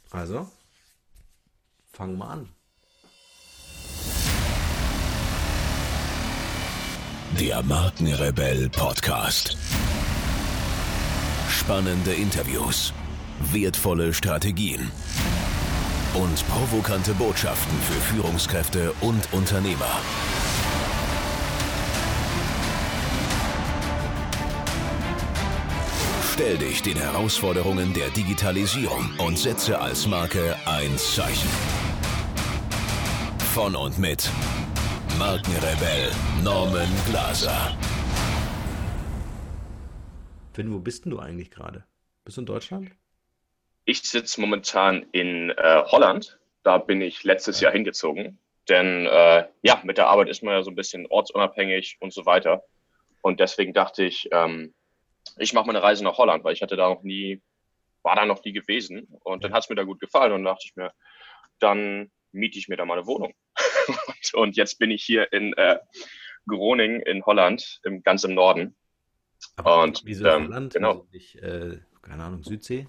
Also, fangen wir an. Der Markenrebell Podcast. Spannende Interviews, wertvolle Strategien und provokante Botschaften für Führungskräfte und Unternehmer. Stell dich den Herausforderungen der Digitalisierung und setze als Marke ein Zeichen. Von und mit Markenrebell Norman Glaser. Finn, wo bist denn du eigentlich gerade? Bist du in Deutschland? Ich sitze momentan in Holland. Da bin ich letztes Jahr hingezogen. Denn mit der Arbeit ist man ja so ein bisschen ortsunabhängig und so weiter. Und deswegen dachte ich, ich mache mal eine Reise nach Holland, weil war da noch nie gewesen. Und dann hat es mir da gut gefallen und dann dachte ich mir, dann miete ich mir da mal eine Wohnung. und jetzt bin ich hier in Groningen in Holland, ganz im Norden. Aber Und wieso Holland? genau. Wieso nicht, keine Ahnung, Südsee?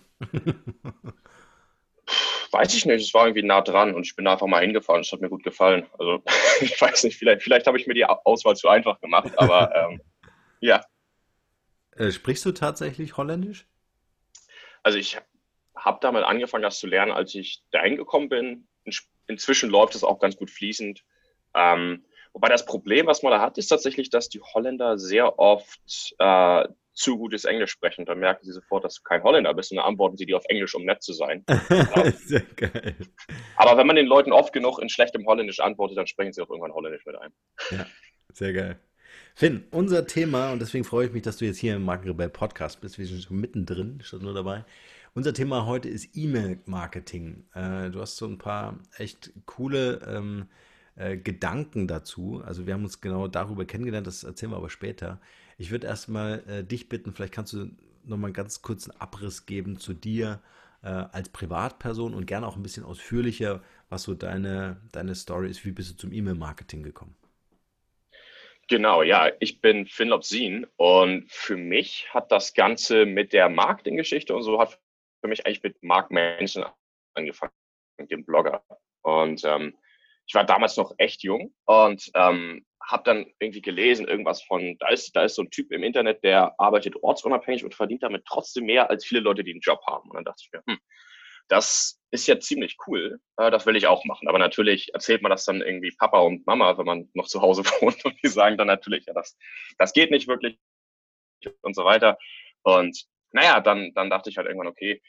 Weiß ich nicht, es war irgendwie nah dran und ich bin da einfach mal hingefahren. Es hat mir gut gefallen. Also ich weiß nicht, vielleicht habe ich mir die Auswahl zu einfach gemacht, aber ja. Sprichst du tatsächlich Holländisch? Also ich habe damit angefangen, das zu lernen, als ich da hingekommen bin. Inzwischen läuft es auch ganz gut fließend. Wobei das Problem, was man da hat, ist tatsächlich, dass die Holländer sehr oft zu gutes Englisch sprechen. Dann merken sie sofort, dass du kein Holländer bist und dann antworten sie dir auf Englisch, um nett zu sein. Sehr geil. Aber wenn man den Leuten oft genug in schlechtem Holländisch antwortet, dann sprechen sie auch irgendwann Holländisch mit einem. Ja, sehr geil. Finn, unser Thema, und deswegen freue ich mich, dass du jetzt hier im Markenrebell Podcast bist, wir sind schon mittendrin, statt nur dabei. Unser Thema heute ist E-Mail-Marketing. Du hast so ein paar echt coole Gedanken dazu. Also wir haben uns genau darüber kennengelernt, das erzählen wir aber später. Ich würde erstmal dich bitten, vielleicht kannst du nochmal einen ganz kurzen Abriss geben zu dir als Privatperson und gerne auch ein bisschen ausführlicher, was so deine Story ist. Wie bist du zum E-Mail-Marketing gekommen? Genau, ja, ich bin Finn Lobsin und für mich hat das Ganze mit der Marketinggeschichte und so hat für mich eigentlich mit Mark Manson angefangen, mit dem Blogger. Und ich war damals noch echt jung und habe dann irgendwie gelesen, irgendwas von, da ist so ein Typ im Internet, der arbeitet ortsunabhängig und verdient damit trotzdem mehr als viele Leute, die einen Job haben. Und dann dachte ich mir, das ist ja ziemlich cool, das will ich auch machen. Aber natürlich erzählt man das dann irgendwie Papa und Mama, wenn man noch zu Hause wohnt und die sagen dann natürlich, ja, das geht nicht wirklich und so weiter. Und naja, dann dachte ich halt irgendwann, okay,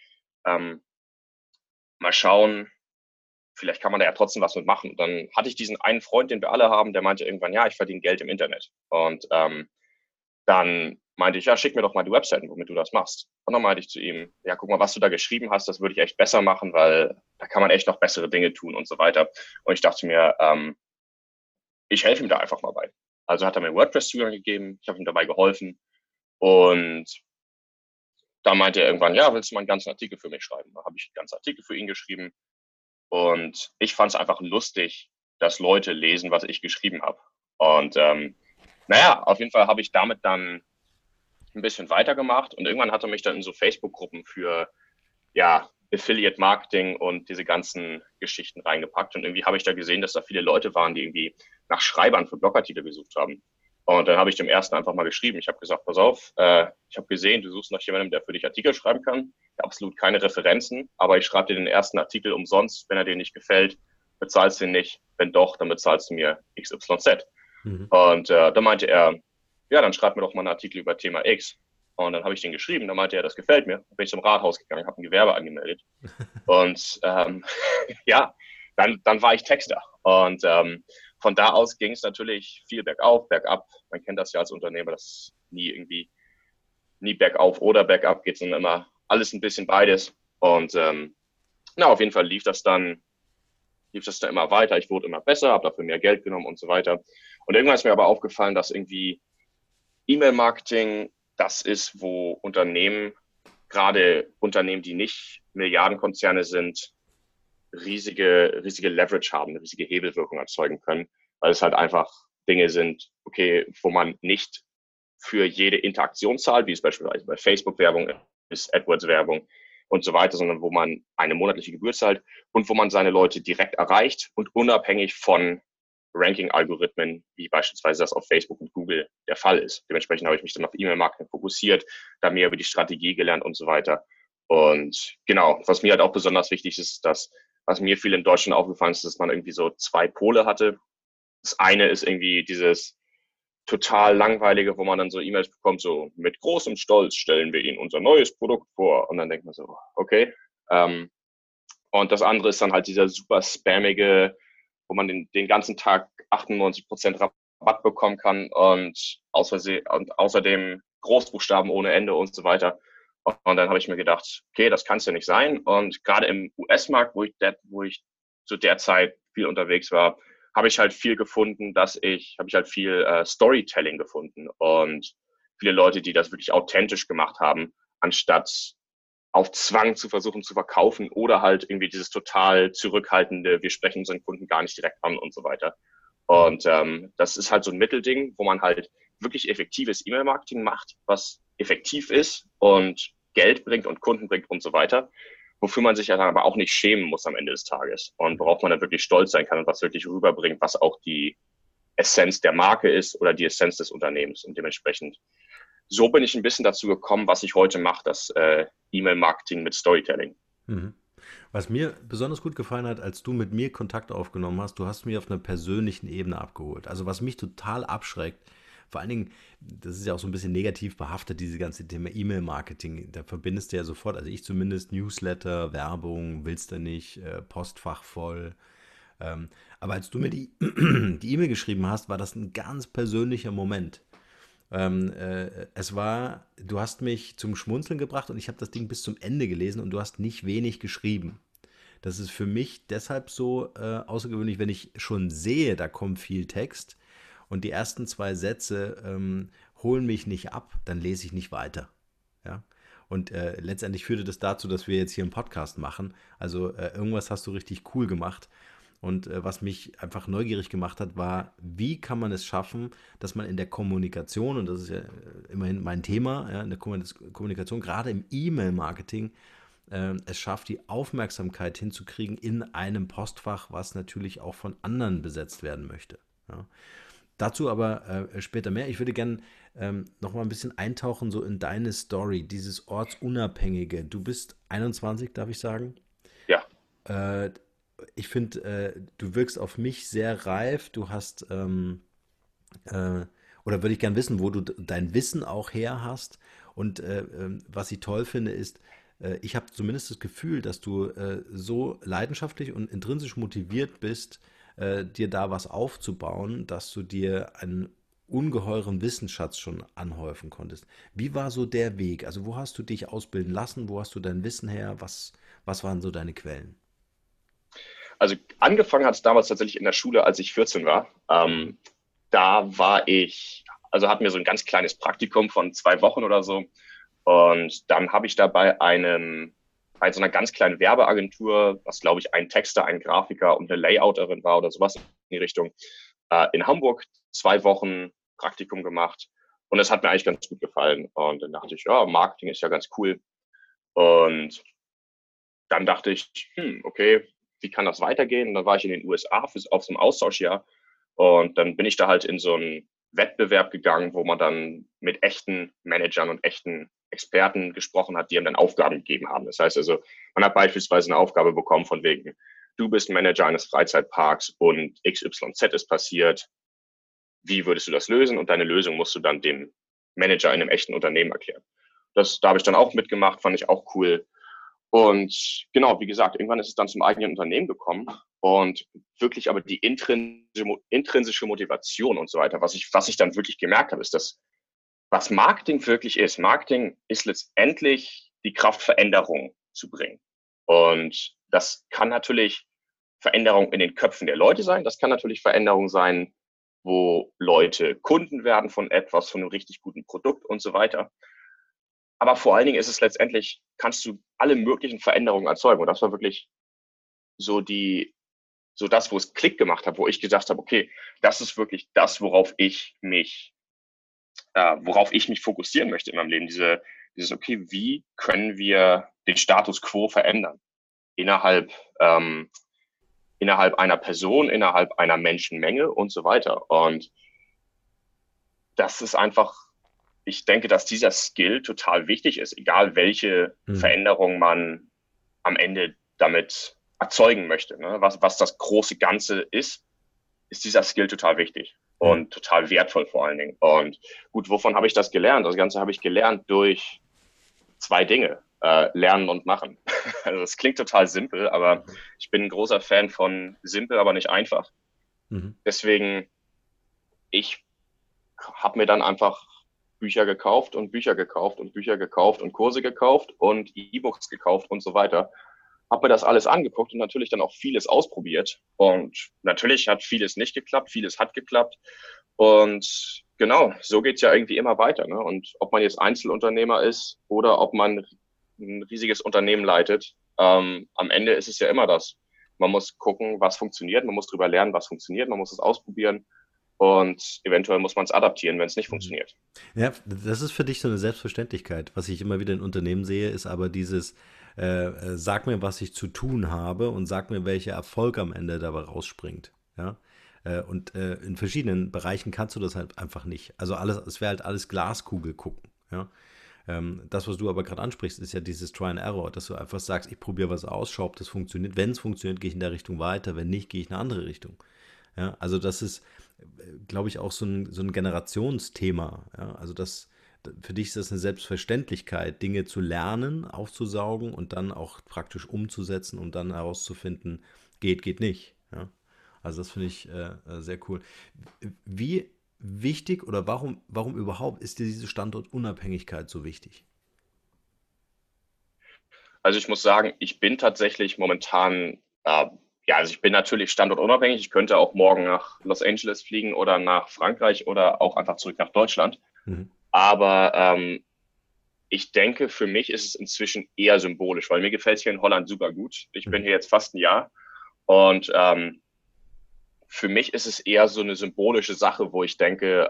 mal schauen, vielleicht kann man da ja trotzdem was mitmachen. Und dann hatte ich diesen einen Freund, den wir alle haben, der meinte irgendwann, ja, ich verdiene Geld im Internet. Und dann meinte ich, ja, schick mir doch mal die Webseiten, womit du das machst. Und dann meinte ich zu ihm, ja, guck mal, was du da geschrieben hast, das würde ich echt besser machen, weil da kann man echt noch bessere Dinge tun und so weiter. Und ich dachte mir, ich helfe ihm da einfach mal bei. Also hat er mir WordPress-Zugang gegeben, ich habe ihm dabei geholfen und da meinte er irgendwann, ja, willst du mal einen ganzen Artikel für mich schreiben? Da habe ich einen ganzen Artikel für ihn geschrieben und ich fand es einfach lustig, dass Leute lesen, was ich geschrieben habe. Und auf jeden Fall habe ich damit dann ein bisschen weitergemacht und irgendwann hat er mich dann in so Facebook-Gruppen für Affiliate Marketing und diese ganzen Geschichten reingepackt und irgendwie habe ich da gesehen, dass da viele Leute waren, die irgendwie nach Schreibern für Blogartikel gesucht haben. Und dann habe ich dem ersten einfach mal geschrieben. Ich habe gesagt, pass auf, ich habe gesehen, du suchst nach jemandem, der für dich Artikel schreiben kann. Absolut keine Referenzen, aber ich schreibe dir den ersten Artikel umsonst. Wenn er dir nicht gefällt, bezahlst du ihn nicht. Wenn doch, dann bezahlst du mir XYZ. Mhm. Und dann meinte er, ja, dann schreib mir doch mal einen Artikel über Thema X. Und dann habe ich den geschrieben, dann meinte er, das gefällt mir. Dann bin ich zum Rathaus gegangen, habe ein Gewerbe angemeldet. Und dann war ich Texter. Und von da aus ging es natürlich viel bergauf, bergab. Man kennt das ja als Unternehmer, dass nie bergauf oder bergab geht, sondern immer alles ein bisschen beides. Und auf jeden Fall lief das dann immer weiter. Ich wurde immer besser, habe dafür mehr Geld genommen und so weiter. Und irgendwann ist mir aber aufgefallen, dass irgendwie E-Mail-Marketing das ist, wo gerade Unternehmen, die nicht Milliardenkonzerne sind, riesige Leverage haben, eine riesige Hebelwirkung erzeugen können, weil es halt einfach Dinge sind, okay, wo man nicht für jede Interaktion zahlt, wie es beispielsweise bei Facebook-Werbung ist, AdWords-Werbung, und so weiter, sondern wo man eine monatliche Gebühr zahlt und wo man seine Leute direkt erreicht und unabhängig von Ranking-Algorithmen, wie beispielsweise das auf Facebook und Google der Fall ist. Dementsprechend habe ich mich dann auf E-Mail-Marketing fokussiert, da mehr über die Strategie gelernt und so weiter. Und genau, was mir halt auch besonders wichtig ist, dass, was mir viel in Deutschland aufgefallen ist, dass man irgendwie so zwei Pole hatte. Das eine ist irgendwie dieses total langweilige, wo man dann so E-Mails bekommt, so mit großem Stolz stellen wir Ihnen unser neues Produkt vor. Und dann denkt man so, okay. Und das andere ist dann halt dieser super spammige, wo man den ganzen Tag 98% Rabatt bekommen kann und außerdem Großbuchstaben ohne Ende und so weiter. Und dann habe ich mir gedacht, okay, das kann es ja nicht sein. Und gerade im US-Markt, wo ich zu der Zeit viel unterwegs war, habe ich halt viel gefunden, habe ich halt viel Storytelling gefunden und viele Leute, die das wirklich authentisch gemacht haben, anstatt auf Zwang zu versuchen zu verkaufen oder halt irgendwie dieses total zurückhaltende, wir sprechen unseren Kunden gar nicht direkt an und so weiter. Und das ist halt so ein Mittelding, wo man halt wirklich effektives E-Mail-Marketing macht, was effektiv ist und Geld bringt und Kunden bringt und so weiter, wofür man sich ja dann aber auch nicht schämen muss am Ende des Tages und worauf man dann wirklich stolz sein kann und was wirklich rüberbringt, was auch die Essenz der Marke ist oder die Essenz des Unternehmens. Und dementsprechend, so bin ich ein bisschen dazu gekommen, was ich heute mache, das E-Mail-Marketing mit Storytelling. Mhm. Was mir besonders gut gefallen hat, als du mit mir Kontakt aufgenommen hast, du hast mich auf einer persönlichen Ebene abgeholt. Also was mich total abschreckt, vor allen Dingen, das ist ja auch so ein bisschen negativ behaftet, diese ganze Thema E-Mail-Marketing. Da verbindest du ja sofort, also ich zumindest, Newsletter, Werbung, willst du nicht, Postfach voll. Aber als du mir die E-Mail geschrieben hast, war das ein ganz persönlicher Moment. Du hast mich zum Schmunzeln gebracht und ich habe das Ding bis zum Ende gelesen und du hast nicht wenig geschrieben. Das ist für mich deshalb so außergewöhnlich, wenn ich schon sehe, da kommt viel Text und die ersten zwei Sätze holen mich nicht ab, dann lese ich nicht weiter. Ja? Und letztendlich führte das dazu, dass wir jetzt hier einen Podcast machen. Also irgendwas hast du richtig cool gemacht. Und was mich einfach neugierig gemacht hat, war, wie kann man es schaffen, dass man in der Kommunikation, und das ist ja immerhin mein Thema, ja, in der Kommunikation, gerade im E-Mail-Marketing, es schafft, die Aufmerksamkeit hinzukriegen in einem Postfach, was natürlich auch von anderen besetzt werden möchte. Ja. Dazu aber später mehr. Ich würde gerne noch mal ein bisschen eintauchen so in deine Story, dieses Ortsunabhängige. Du bist 21, darf ich sagen? Ja. Ich finde, du wirkst auf mich sehr reif. Du hast, oder würde ich gern wissen, wo du dein Wissen auch her hast. Und was ich toll finde, ist, ich habe zumindest das Gefühl, dass du so leidenschaftlich und intrinsisch motiviert bist, dir da was aufzubauen, dass du dir einen ungeheuren Wissensschatz schon anhäufen konntest. Wie war so der Weg? Also wo hast du dich ausbilden lassen? Wo hast du dein Wissen her? Was waren so deine Quellen? Also angefangen hat es damals tatsächlich in der Schule, als ich 14 war. Da war ich, also hatten wir so ein ganz kleines Praktikum von 2 Wochen oder so. Und dann habe ich da bei so einer ganz kleinen Werbeagentur, was glaube ich ein Texter, ein Grafiker und eine Layouterin war oder sowas in die Richtung, in Hamburg 2 Wochen Praktikum gemacht. Und es hat mir eigentlich ganz gut gefallen. Und dann dachte ich, ja, Marketing ist ja ganz cool. Und dann dachte ich, okay, wie kann das weitergehen? Und dann war ich in den USA auf so einem Austauschjahr. Und dann bin ich da halt in so einen Wettbewerb gegangen, wo man dann mit echten Managern und echten Experten gesprochen hat, die ihm dann Aufgaben gegeben haben. Das heißt also, man hat beispielsweise eine Aufgabe bekommen von wegen, du bist Manager eines Freizeitparks und XYZ ist passiert. Wie würdest du das lösen? Und deine Lösung musst du dann dem Manager in einem echten Unternehmen erklären. Da habe ich dann auch mitgemacht, fand ich auch cool. Und genau, wie gesagt, irgendwann ist es dann zum eigenen Unternehmen gekommen und wirklich aber die intrinsische Motivation und so weiter, was ich dann wirklich gemerkt habe, ist, dass was Marketing wirklich ist. Marketing ist letztendlich die Kraft, Veränderung zu bringen. Und das kann natürlich Veränderung in den Köpfen der Leute sein. Das kann natürlich Veränderung sein, wo Leute Kunden werden von etwas, von einem richtig guten Produkt und so weiter. Aber vor allen Dingen ist es letztendlich, kannst du alle möglichen Veränderungen erzeugen. Und das war wirklich so das, wo es Klick gemacht hat, wo ich gesagt habe, okay, das ist wirklich das, worauf ich mich fokussieren möchte in meinem Leben. Dieses, okay, wie können wir den Status quo verändern? Innerhalb, innerhalb einer Person, innerhalb einer Menschenmenge und so weiter. Und das ist einfach, ich denke, dass dieser Skill total wichtig ist, egal welche Veränderung man am Ende damit erzeugen möchte. Ne? Was das große Ganze ist dieser Skill total wichtig und total wertvoll vor allen Dingen. Und gut, wovon habe ich das gelernt? Das Ganze habe ich gelernt durch zwei Dinge, Lernen und Machen. Also das klingt total simpel, aber ich bin ein großer Fan von simpel, aber nicht einfach. Deswegen, ich habe mir dann einfach Bücher gekauft und Bücher gekauft und Bücher gekauft und Kurse gekauft und E-Books gekauft und so weiter. Habe mir das alles angeguckt und natürlich dann auch vieles ausprobiert. Und natürlich hat vieles nicht geklappt, vieles hat geklappt. Und genau, so geht's ja irgendwie immer weiter. Ne? Und ob man jetzt Einzelunternehmer ist oder ob man ein riesiges Unternehmen leitet, am Ende ist es ja immer das. Man muss gucken, was funktioniert, man muss drüber lernen, was funktioniert, man muss es ausprobieren. Und eventuell muss man es adaptieren, wenn es nicht funktioniert. Ja, das ist für dich so eine Selbstverständlichkeit. Was ich immer wieder in Unternehmen sehe, ist aber dieses, sag mir, was ich zu tun habe und sag mir, welcher Erfolg am Ende dabei rausspringt. Ja? Und in verschiedenen Bereichen kannst du das halt einfach nicht. Also alles, es wäre halt alles Glaskugel gucken. Ja? Das, was du aber gerade ansprichst, ist ja dieses Try and Error, dass du einfach sagst, ich probiere was aus, schau, ob das funktioniert. Wenn es funktioniert, gehe ich in der Richtung weiter. Wenn nicht, gehe ich in eine andere Richtung. Ja, also das ist, glaube ich, auch so ein Generationsthema. Ja, also für dich ist das eine Selbstverständlichkeit, Dinge zu lernen, aufzusaugen und dann auch praktisch umzusetzen, um dann herauszufinden, geht nicht. Ja, also das finde ich sehr cool. Wie wichtig oder warum überhaupt ist dir diese Standortunabhängigkeit so wichtig? Also ich muss sagen, ich bin tatsächlich momentan, ja, also ich bin natürlich standortunabhängig. Ich könnte auch morgen nach Los Angeles fliegen oder nach Frankreich oder auch einfach zurück nach Deutschland. Mhm. Aber ich denke, für mich ist es inzwischen eher symbolisch, weil mir gefällt es hier in Holland super gut. Ich bin hier jetzt fast ein Jahr und für mich ist es eher so eine symbolische Sache, wo ich denke,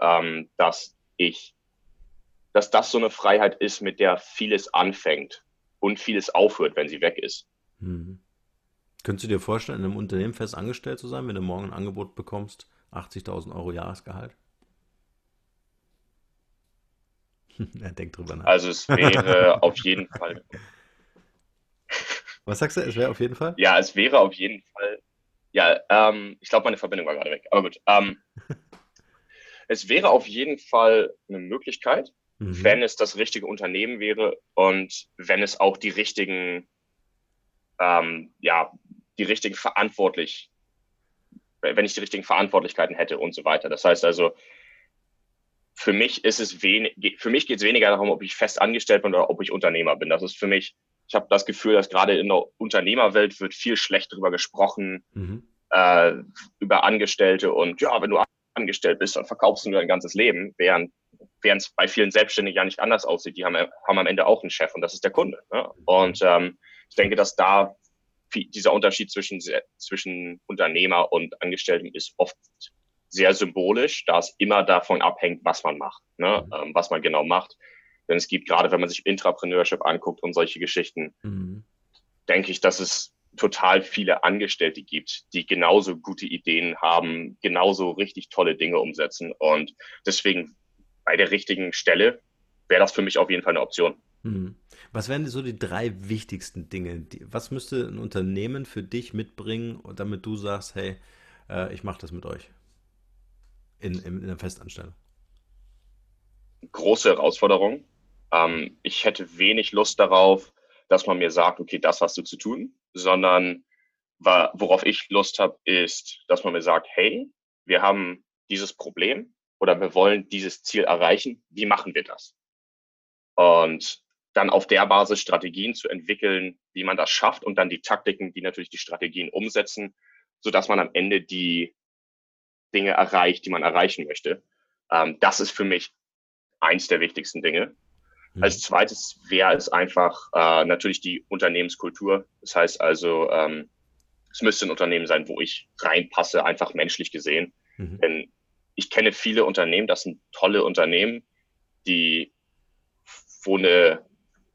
dass das so eine Freiheit ist, mit der vieles anfängt und vieles aufhört, wenn sie weg ist. Mhm. Könntest du dir vorstellen, in einem Unternehmen fest angestellt zu sein, wenn du morgen ein Angebot bekommst, 80.000 Euro Jahresgehalt? Er denkt drüber nach. Also es wäre auf jeden Fall, Was sagst du? Es wäre auf jeden Fall? ja, es wäre auf jeden Fall, ja, ich glaube, meine Verbindung war gerade weg, aber gut. Es wäre auf jeden Fall eine Möglichkeit, Mhm. wenn es das richtige Unternehmen wäre und wenn es auch ja, die richtigen wenn ich die richtigen Verantwortlichkeiten hätte und so weiter. Das heißt also, für mich geht es weniger darum, ob ich fest angestellt bin oder ob ich Unternehmer bin. Das ist für mich, ich habe das Gefühl, dass gerade in der Unternehmerwelt wird viel schlecht darüber gesprochen, Mhm. äh, über Angestellte und ja, wenn du angestellt bist, dann verkaufst du nur dein ganzes Leben, während es bei vielen Selbstständigen ja nicht anders aussieht. Die haben am Ende auch einen Chef und das ist der Kunde. Ne? Und ich denke, dass da dieser Unterschied zwischen Unternehmer und Angestellten ist oft sehr symbolisch, da es immer davon abhängt, was man macht, ne? Mhm. Was man genau macht. Denn es gibt gerade, wenn man sich Intrapreneurship anguckt und solche Geschichten, Mhm. denke ich, dass es total viele Angestellte gibt, die genauso gute Ideen haben, genauso richtig tolle Dinge umsetzen. Und deswegen bei der richtigen Stelle wäre das für mich auf jeden Fall eine Option. Mhm. Was wären so die drei wichtigsten Dinge? Was müsste ein Unternehmen für dich mitbringen, damit du sagst, hey, ich mache das mit euch in der Festanstellung? Große Herausforderung. Ich hätte wenig Lust darauf, dass man mir sagt, okay, das hast du zu tun, sondern worauf ich Lust habe, ist, dass man mir sagt, hey, wir haben dieses Problem oder wir wollen dieses Ziel erreichen. Wie machen wir das? Und dann auf der Basis Strategien zu entwickeln, wie man das schafft und dann die Taktiken, die natürlich die Strategien umsetzen, sodass man am Ende die Dinge erreicht, die man erreichen möchte. Das ist für mich eins der wichtigsten Dinge. Als Mhm. zweites wäre es einfach natürlich die Unternehmenskultur. Das heißt also, es müsste ein Unternehmen sein, wo ich reinpasse, einfach menschlich gesehen. Mhm. Denn ich kenne viele Unternehmen, das sind tolle Unternehmen, die, wo eine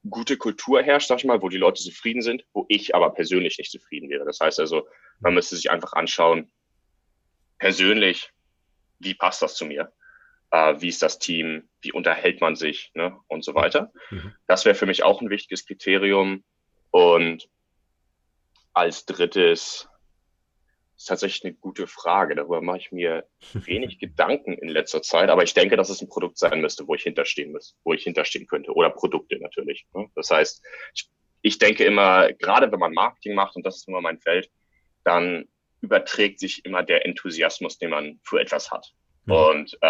gute Kultur herrscht, sag ich mal, wo die Leute zufrieden sind, wo ich aber persönlich nicht zufrieden wäre. Das heißt also, man müsste sich einfach anschauen, persönlich, wie passt das zu mir? Wie ist das Team? Wie unterhält man sich? Ne? Und so weiter. Das wäre für mich auch ein wichtiges Kriterium. Und als drittes ist tatsächlich eine gute Frage. Darüber mache ich mir wenig Gedanken in letzter Zeit. Aber ich denke, dass es ein Produkt sein müsste, wo ich hinterstehen könnte. Oder Produkte natürlich. Ne? Das heißt, ich denke immer, gerade wenn man Marketing macht, und das ist immer mein Feld, dann überträgt sich immer der Enthusiasmus, den man für etwas hat. Und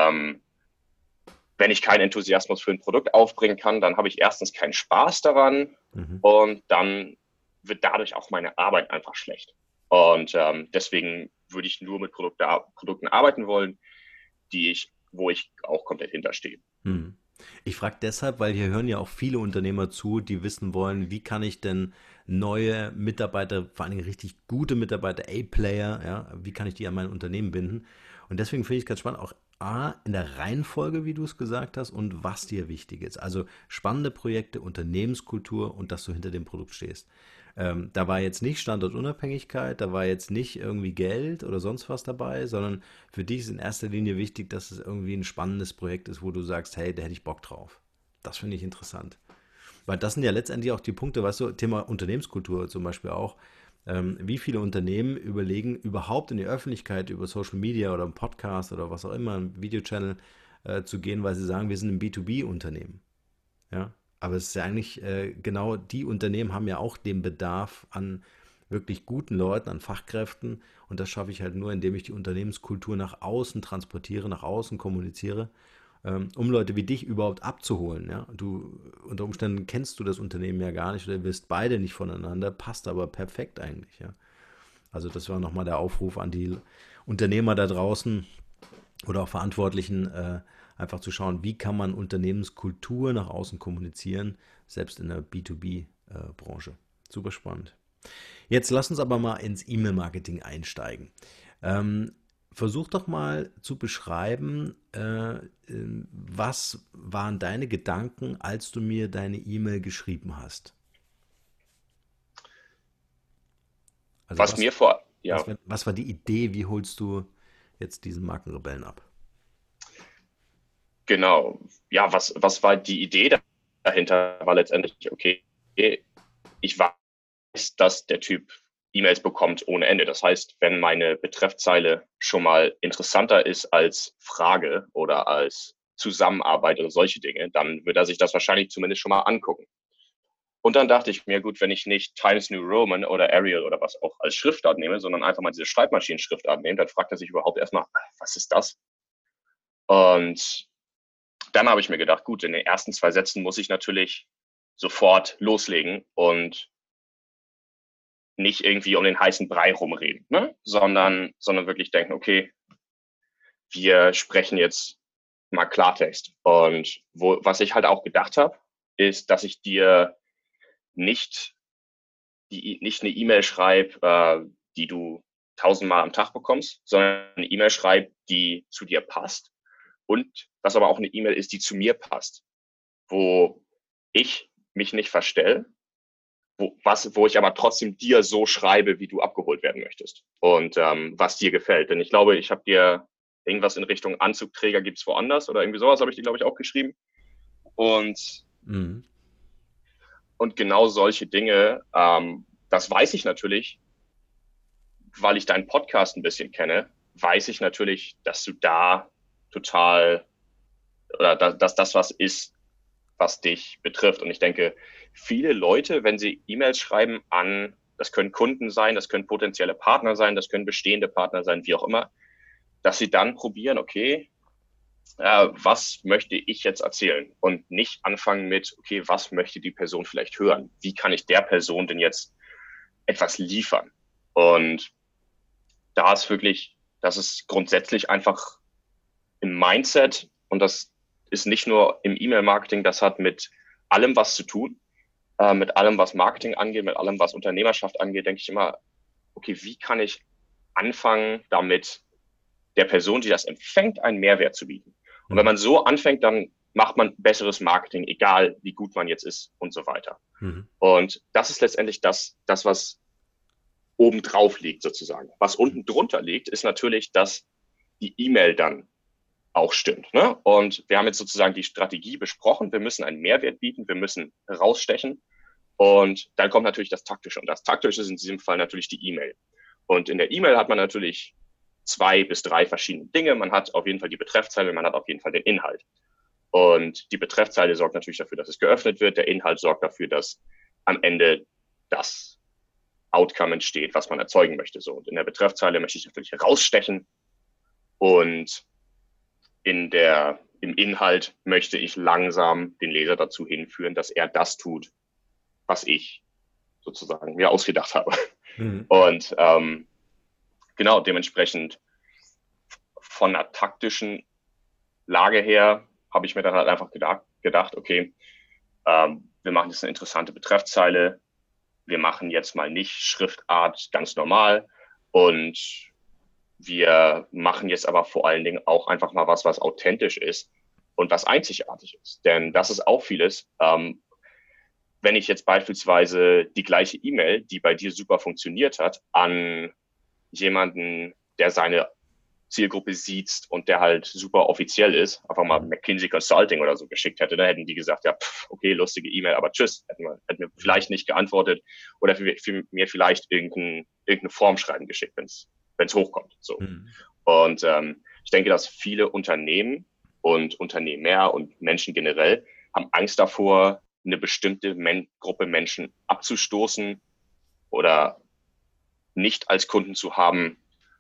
wenn ich keinen Enthusiasmus für ein Produkt aufbringen kann, dann habe ich erstens keinen Spaß daran und dann wird dadurch auch meine Arbeit einfach schlecht. Und deswegen würde ich nur mit Produkten arbeiten wollen, wo ich auch komplett hinterstehe. Ich frage deshalb, weil hier hören ja auch viele Unternehmer zu, die wissen wollen, wie kann ich denn neue Mitarbeiter, vor allem richtig gute Mitarbeiter, A-Player, ja, wie kann ich die an mein Unternehmen binden? Und deswegen finde ich es ganz spannend, auch in der Reihenfolge, wie du es gesagt hast, und was dir wichtig ist. Also spannende Projekte, Unternehmenskultur und dass du hinter dem Produkt stehst. Da war jetzt nicht Standortunabhängigkeit, da war jetzt nicht irgendwie Geld oder sonst was dabei, sondern für dich ist in erster Linie wichtig, dass es irgendwie ein spannendes Projekt ist, wo du sagst, hey, da hätte ich Bock drauf. Das finde ich interessant. Weil das sind ja letztendlich auch die Punkte, weißt du, Thema Unternehmenskultur zum Beispiel auch. Wie viele Unternehmen überlegen, überhaupt in die Öffentlichkeit über Social Media oder einen Podcast oder was auch immer, einen Videochannel zu gehen, weil sie sagen, wir sind ein B2B-Unternehmen. Ja, aber es ist ja eigentlich genau, die Unternehmen haben ja auch den Bedarf an wirklich guten Leuten, an Fachkräften, und das schaffe ich halt nur, indem ich die Unternehmenskultur nach außen transportiere, nach außen kommuniziere, um Leute wie dich überhaupt abzuholen. Ja? Unter Umständen kennst du das Unternehmen ja gar nicht oder ihr wisst beide nicht voneinander, passt aber perfekt eigentlich. Ja? Also das war nochmal der Aufruf an die Unternehmer da draußen oder auch Verantwortlichen, einfach zu schauen, wie kann man Unternehmenskultur nach außen kommunizieren, selbst in der B2B-Branche. Super spannend. Jetzt lass uns aber mal ins E-Mail-Marketing einsteigen. Versuch doch mal zu beschreiben, was waren deine Gedanken, als du mir deine E-Mail geschrieben hast? Also was war die Idee, wie holst du jetzt diesen Markenrebellen ab? Genau. Ja, was war die Idee dahinter? War letztendlich, okay, ich weiß, dass der Typ E-Mails bekommt ohne Ende. Das heißt, wenn meine Betreffzeile schon mal interessanter ist als Frage oder als Zusammenarbeit oder solche Dinge, dann wird er sich das wahrscheinlich zumindest schon mal angucken. Und dann dachte ich mir, gut, wenn ich nicht Times New Roman oder Arial oder was auch als Schriftart nehme, sondern einfach mal diese Schreibmaschinen-Schriftart nehme, dann fragt er sich überhaupt erstmal, was ist das? Und dann habe ich mir gedacht, gut, in den ersten 2 Sätzen muss ich natürlich sofort loslegen und nicht irgendwie um den heißen Brei rumreden, ne? sondern wirklich denken, okay, wir sprechen jetzt mal Klartext. Und was ich halt auch gedacht habe, ist, dass ich dir nicht eine E-Mail schreibe, die du 1000-mal am Tag bekommst, sondern eine E-Mail schreibe, die zu dir passt. Und was aber auch eine E-Mail ist, die zu mir passt, wo ich mich nicht verstelle, wo ich aber trotzdem dir so schreibe, wie du abgeholt werden möchtest und was dir gefällt. Denn ich glaube, ich habe dir irgendwas in Richtung Anzugträger gibt's woanders oder irgendwie sowas habe ich dir, glaube ich, auch geschrieben. Und genau solche Dinge, das weiß ich natürlich, weil ich deinen Podcast ein bisschen kenne, weiß ich natürlich, dass du da total oder dass das was ist, was dich betrifft. Und ich denke, viele Leute, wenn sie E-Mails schreiben an, das können Kunden sein, das können potenzielle Partner sein, das können bestehende Partner sein, wie auch immer, dass sie dann probieren, okay, was möchte ich jetzt erzählen? Und nicht anfangen mit, okay, was möchte die Person vielleicht hören? Wie kann ich der Person denn jetzt etwas liefern? Und das ist grundsätzlich einfach im Mindset, und das ist nicht nur im E-Mail-Marketing, das hat mit allem was zu tun, mit allem, was Marketing angeht, mit allem, was Unternehmerschaft angeht, denke ich immer, okay, wie kann ich anfangen, damit der Person, die das empfängt, einen Mehrwert zu bieten? Und wenn man so anfängt, dann macht man besseres Marketing, egal wie gut man jetzt ist und so weiter. Und das ist letztendlich das, was oben drauf liegt sozusagen. Was unten drunter liegt, ist natürlich, dass die E-Mail dann auch stimmt. Ne? Und wir haben jetzt sozusagen die Strategie besprochen. Wir müssen einen Mehrwert bieten, wir müssen rausstechen. Und dann kommt natürlich das Taktische. Und das Taktische ist in diesem Fall natürlich die E-Mail. Und in der E-Mail hat man natürlich 2 bis 3 verschiedene Dinge. Man hat auf jeden Fall die Betreffzeile, man hat auf jeden Fall den Inhalt. Und die Betreffzeile sorgt natürlich dafür, dass es geöffnet wird. Der Inhalt sorgt dafür, dass am Ende das Outcome entsteht, was man erzeugen möchte. So. Und in der Betreffzeile möchte ich natürlich herausstechen. Und im Inhalt möchte ich langsam den Leser dazu hinführen, dass er das tut, was ich sozusagen mir ausgedacht habe. Und genau, dementsprechend von einer taktischen Lage her habe ich mir dann halt einfach gedacht, okay, wir machen jetzt eine interessante Betreffzeile, wir machen jetzt mal nicht Schriftart ganz normal und wir machen jetzt aber vor allen Dingen auch einfach mal was authentisch ist und was einzigartig ist. Denn das ist auch vieles. Wenn ich jetzt beispielsweise die gleiche E-Mail, die bei dir super funktioniert hat, an jemanden, der seine Zielgruppe sieht und der halt super offiziell ist, einfach mal McKinsey Consulting oder so geschickt hätte, dann hätten die gesagt, ja, okay, lustige E-Mail, aber tschüss, hätten mir vielleicht nicht geantwortet oder für mir vielleicht irgendeine Formschreiben geschickt, wenn es hochkommt. So. Und ich denke, dass viele Unternehmen und Unternehmer und Menschen generell haben Angst davor, eine bestimmte Gruppe Menschen abzustoßen oder nicht als Kunden zu haben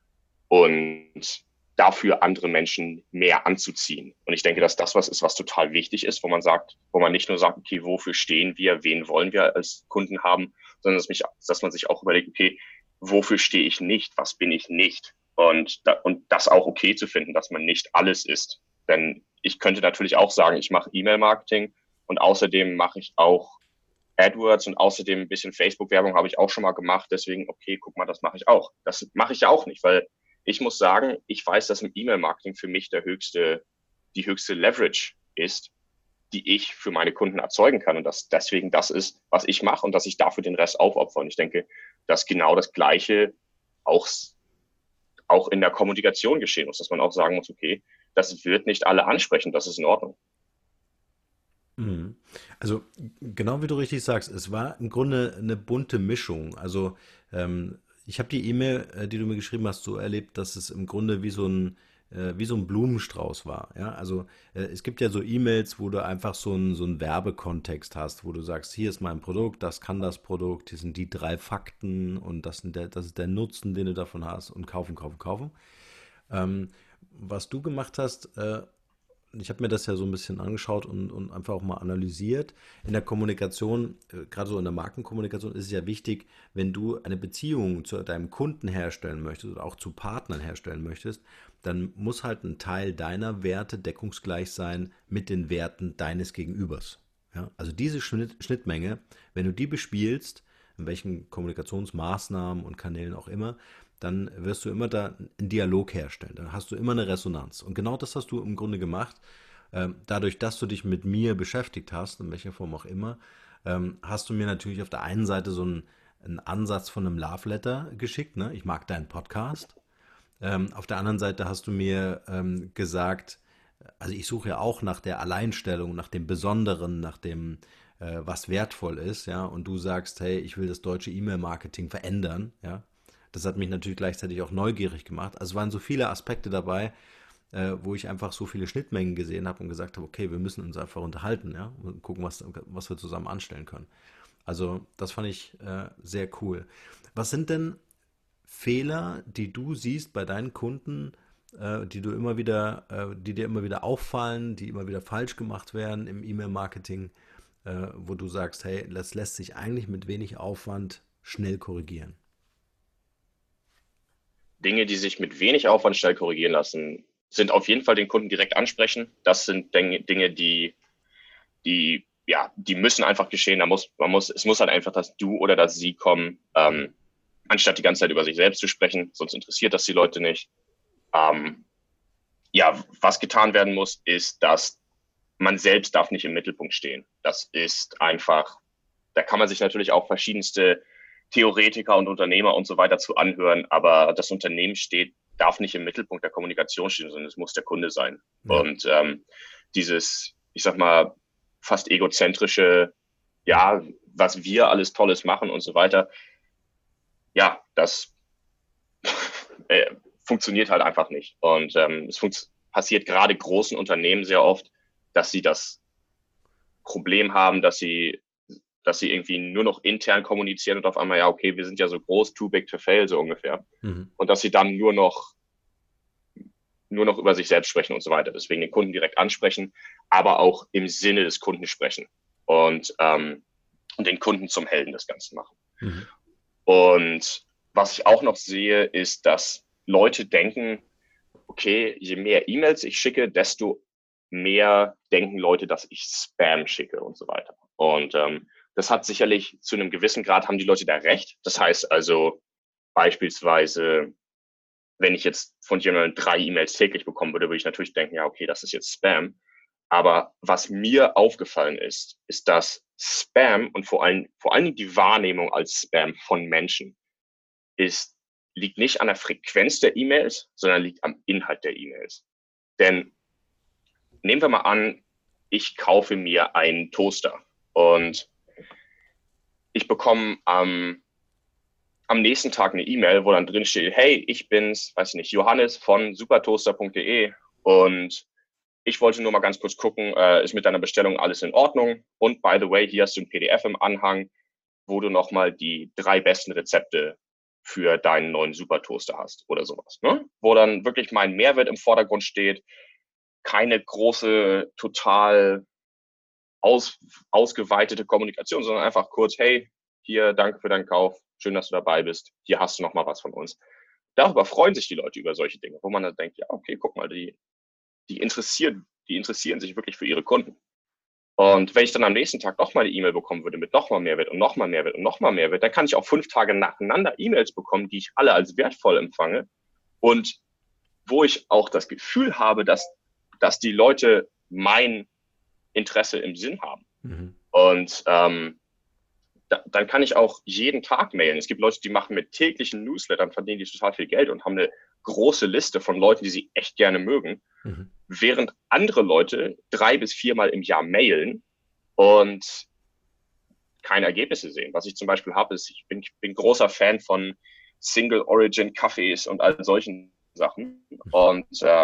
und dafür andere Menschen mehr anzuziehen. Und ich denke, dass das was ist, was total wichtig ist, wo man nicht nur sagt, okay, wofür stehen wir, wen wollen wir als Kunden haben, sondern dass man sich auch überlegt, okay, wofür stehe ich nicht, was bin ich nicht? Und das auch okay zu finden, dass man nicht alles ist. Denn ich könnte natürlich auch sagen, ich mache E-Mail-Marketing und außerdem mache ich auch AdWords und außerdem ein bisschen Facebook-Werbung habe ich auch schon mal gemacht. Deswegen, okay, guck mal, das mache ich auch. Das mache ich ja auch nicht, weil ich muss sagen, ich weiß, dass im E-Mail-Marketing für mich die höchste Leverage ist, die ich für meine Kunden erzeugen kann und dass deswegen das ist, was ich mache und dass ich dafür den Rest aufopfere. Und ich denke, dass genau das Gleiche auch in der Kommunikation geschehen muss, dass man auch sagen muss, okay, das wird nicht alle ansprechen, das ist in Ordnung. Also genau wie du richtig sagst, es war im Grunde eine bunte Mischung. Also ich habe die E-Mail, die du mir geschrieben hast, so erlebt, dass es im Grunde wie so ein Blumenstrauß war. Ja? Also es gibt ja so E-Mails, wo du einfach so einen Werbekontext hast, wo du sagst, hier ist mein Produkt, das kann das Produkt, hier sind die 3 Fakten und das ist der Nutzen, den du davon hast und kaufen, kaufen, kaufen. Was du gemacht hast, ich habe mir das ja so ein bisschen angeschaut und einfach auch mal analysiert. In der Kommunikation, gerade so in der Markenkommunikation, ist es ja wichtig, wenn du eine Beziehung zu deinem Kunden herstellen möchtest oder auch zu Partnern herstellen möchtest, dann muss halt ein Teil deiner Werte deckungsgleich sein mit den Werten deines Gegenübers. Ja? Also diese Schnittmenge, wenn du die bespielst, in welchen Kommunikationsmaßnahmen und Kanälen auch immer, dann wirst du immer da einen Dialog herstellen. Dann hast du immer eine Resonanz. Und genau das hast du im Grunde gemacht. Dadurch, dass du dich mit mir beschäftigt hast, in welcher Form auch immer, hast du mir natürlich auf der einen Seite so einen Ansatz von einem Love Letter geschickt. Ne? Ich mag deinen Podcast. Auf der anderen Seite hast du mir gesagt, also ich suche ja auch nach der Alleinstellung, nach dem Besonderen, nach dem, was wertvoll ist. Ja? Und du sagst, hey, ich will das deutsche E-Mail-Marketing verändern. Ja? Das hat mich natürlich gleichzeitig auch neugierig gemacht. Also es waren so viele Aspekte dabei, wo ich einfach so viele Schnittmengen gesehen habe und gesagt habe, okay, wir müssen uns einfach unterhalten, ja, und gucken, was wir zusammen anstellen können. Also das fand ich sehr cool. Was sind denn Fehler, die du siehst bei deinen Kunden, die dir immer wieder auffallen, die immer wieder falsch gemacht werden im E-Mail-Marketing, wo du sagst, hey, das lässt sich eigentlich mit wenig Aufwand schnell korrigieren? Dinge, die sich mit wenig Aufwand schnell korrigieren lassen, sind auf jeden Fall den Kunden direkt ansprechen. Das sind Dinge, die müssen einfach geschehen. Es muss halt einfach, dass du oder dass sie kommen, anstatt die ganze Zeit über sich selbst zu sprechen, sonst interessiert das die Leute nicht. Was getan werden muss, ist, dass man selbst darf nicht im Mittelpunkt stehen. Das ist einfach, da kann man sich natürlich auch verschiedenste Theoretiker und Unternehmer und so weiter zu anhören, aber das Unternehmen darf nicht im Mittelpunkt der Kommunikation stehen, sondern es muss der Kunde sein. Ja. Und dieses, ich sag mal, fast egozentrische, ja, was wir alles Tolles machen und so weiter, ja, das funktioniert halt einfach nicht. Und es passiert gerade großen Unternehmen sehr oft, dass sie das Problem haben, dass sie irgendwie nur noch intern kommunizieren und auf einmal, ja, okay, wir sind ja so groß, too big to fail, so ungefähr. Mhm. Und dass sie dann nur noch über sich selbst sprechen und so weiter. Deswegen den Kunden direkt ansprechen, aber auch im Sinne des Kunden sprechen und den Kunden zum Helden des Ganzen machen. Mhm. Und was ich auch noch sehe, ist, dass Leute denken, okay, je mehr E-Mails ich schicke, desto mehr denken Leute, dass ich Spam schicke und so weiter. Und das hat sicherlich zu einem gewissen Grad, haben die Leute da recht. Das heißt also beispielsweise, wenn ich jetzt von jemandem 3 E-Mails täglich bekommen würde, würde ich natürlich denken, ja, okay, das ist jetzt Spam. Aber was mir aufgefallen ist, dass Spam und vor allen Dingen die Wahrnehmung als Spam von Menschen liegt nicht an der Frequenz der E-Mails, sondern liegt am Inhalt der E-Mails. Denn nehmen wir mal an, ich kaufe mir einen Toaster und ich bekomme am nächsten Tag eine E-Mail, wo dann drin steht, hey, ich bin's, weiß ich nicht, Johannes von supertoaster.de und ich wollte nur mal ganz kurz gucken, ist mit deiner Bestellung alles in Ordnung? Und by the way, hier hast du ein PDF im Anhang, wo du nochmal die 3 besten Rezepte für deinen neuen Supertoaster hast oder sowas, ne? Wo dann wirklich mein Mehrwert im Vordergrund steht, keine große, total ausgeweitete Kommunikation, sondern einfach kurz, hey, hier, danke für deinen Kauf, schön, dass du dabei bist, hier hast du nochmal was von uns. Darüber freuen sich die Leute über solche Dinge, wo man dann denkt, ja, okay, guck mal, die interessieren sich wirklich für ihre Kunden. Und wenn ich dann am nächsten Tag nochmal eine E-Mail bekommen würde mit nochmal Mehrwert und nochmal Mehrwert und nochmal Mehrwert, dann kann ich auch 5 Tage nacheinander E-Mails bekommen, die ich alle als wertvoll empfange und wo ich auch das Gefühl habe, dass die Leute mein Interesse im Sinn haben. Mhm. Und dann kann ich auch jeden Tag mailen. Es gibt Leute, die machen mit täglichen Newslettern, verdienen die total viel Geld und haben eine große Liste von Leuten, die sie echt gerne mögen, während andere Leute 3 bis 4 Mal im Jahr mailen und keine Ergebnisse sehen. Was ich zum Beispiel habe, ist, ich bin großer Fan von Single Origin Kaffees und all solchen Sachen und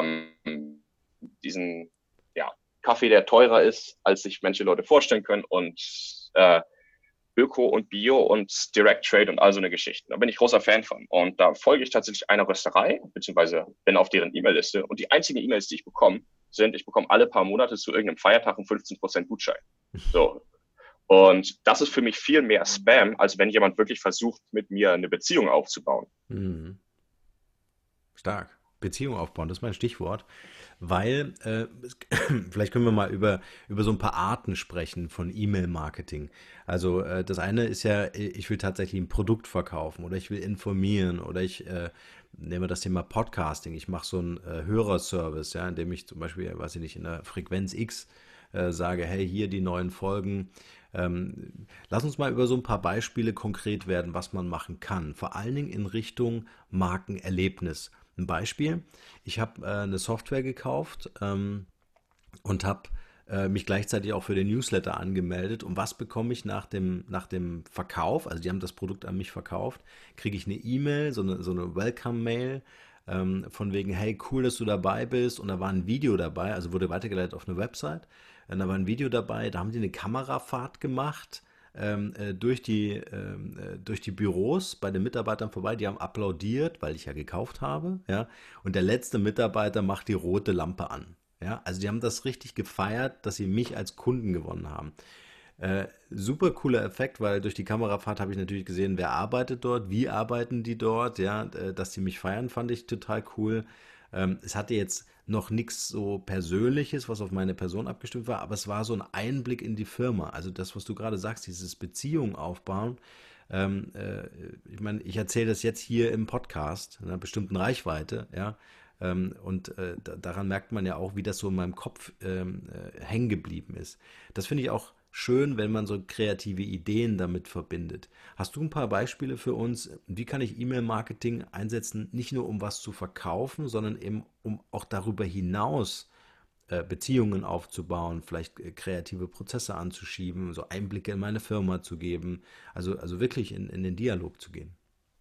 diesen Kaffee, der teurer ist, als sich manche Leute vorstellen können und Öko und Bio und Direct Trade und all so eine Geschichte. Da bin ich großer Fan von. Und da folge ich tatsächlich einer Rösterei, beziehungsweise bin auf deren E-Mail-Liste. Und die einzigen E-Mails, die ich bekomme, ich bekomme alle paar Monate zu irgendeinem Feiertag einen 15% Gutschein. So. Und das ist für mich viel mehr Spam, als wenn jemand wirklich versucht, mit mir eine Beziehung aufzubauen. Mhm. Stark. Beziehung aufbauen, das ist mein Stichwort, weil vielleicht können wir mal über so ein paar Arten sprechen von E-Mail-Marketing. Also das eine ist ja, ich will tatsächlich ein Produkt verkaufen oder ich will informieren oder ich nehme das Thema Podcasting, ich mache so einen Hörerservice, ja, indem ich zum Beispiel, weiß ich nicht, in der Frequenz X sage, hey, hier die neuen Folgen. Lass uns mal über so ein paar Beispiele konkret werden, was man machen kann, vor allen Dingen in Richtung Markenerlebnis. Ein Beispiel, ich habe eine Software gekauft und habe mich gleichzeitig auch für den Newsletter angemeldet. Und was bekomme ich nach dem Verkauf? Also die haben das Produkt an mich verkauft, kriege ich eine E-Mail, so eine Welcome-Mail von wegen, hey, cool, dass du dabei bist. Und da war ein Video dabei, also wurde weitergeleitet auf eine Website. Und da war ein Video dabei, da haben die eine Kamerafahrt gemacht, durch die Büros bei den Mitarbeitern vorbei, die haben applaudiert, weil ich ja gekauft habe, ja, und der letzte Mitarbeiter macht die rote Lampe an, ja, also die haben das richtig gefeiert, dass sie mich als Kunden gewonnen haben. Super cooler Effekt, weil durch die Kamerafahrt habe ich natürlich gesehen, wer arbeitet dort, wie arbeiten die dort, ja, dass die mich feiern, fand ich total cool. Es hatte jetzt noch nichts so Persönliches, was auf meine Person abgestimmt war, aber es war so ein Einblick in die Firma. Also das, was du gerade sagst, dieses Beziehung aufbauen. Ich meine, ich erzähle das jetzt hier im Podcast, in einer bestimmten Reichweite, ja. Daran merkt man ja auch, wie das so in meinem Kopf hängen geblieben ist. Das finde ich auch schön, wenn man so kreative Ideen damit verbindet. Hast du ein paar Beispiele für uns? Wie kann ich E-Mail-Marketing einsetzen, nicht nur um was zu verkaufen, sondern eben um auch darüber hinaus Beziehungen aufzubauen, vielleicht kreative Prozesse anzuschieben, so Einblicke in meine Firma zu geben, also wirklich in den Dialog zu gehen.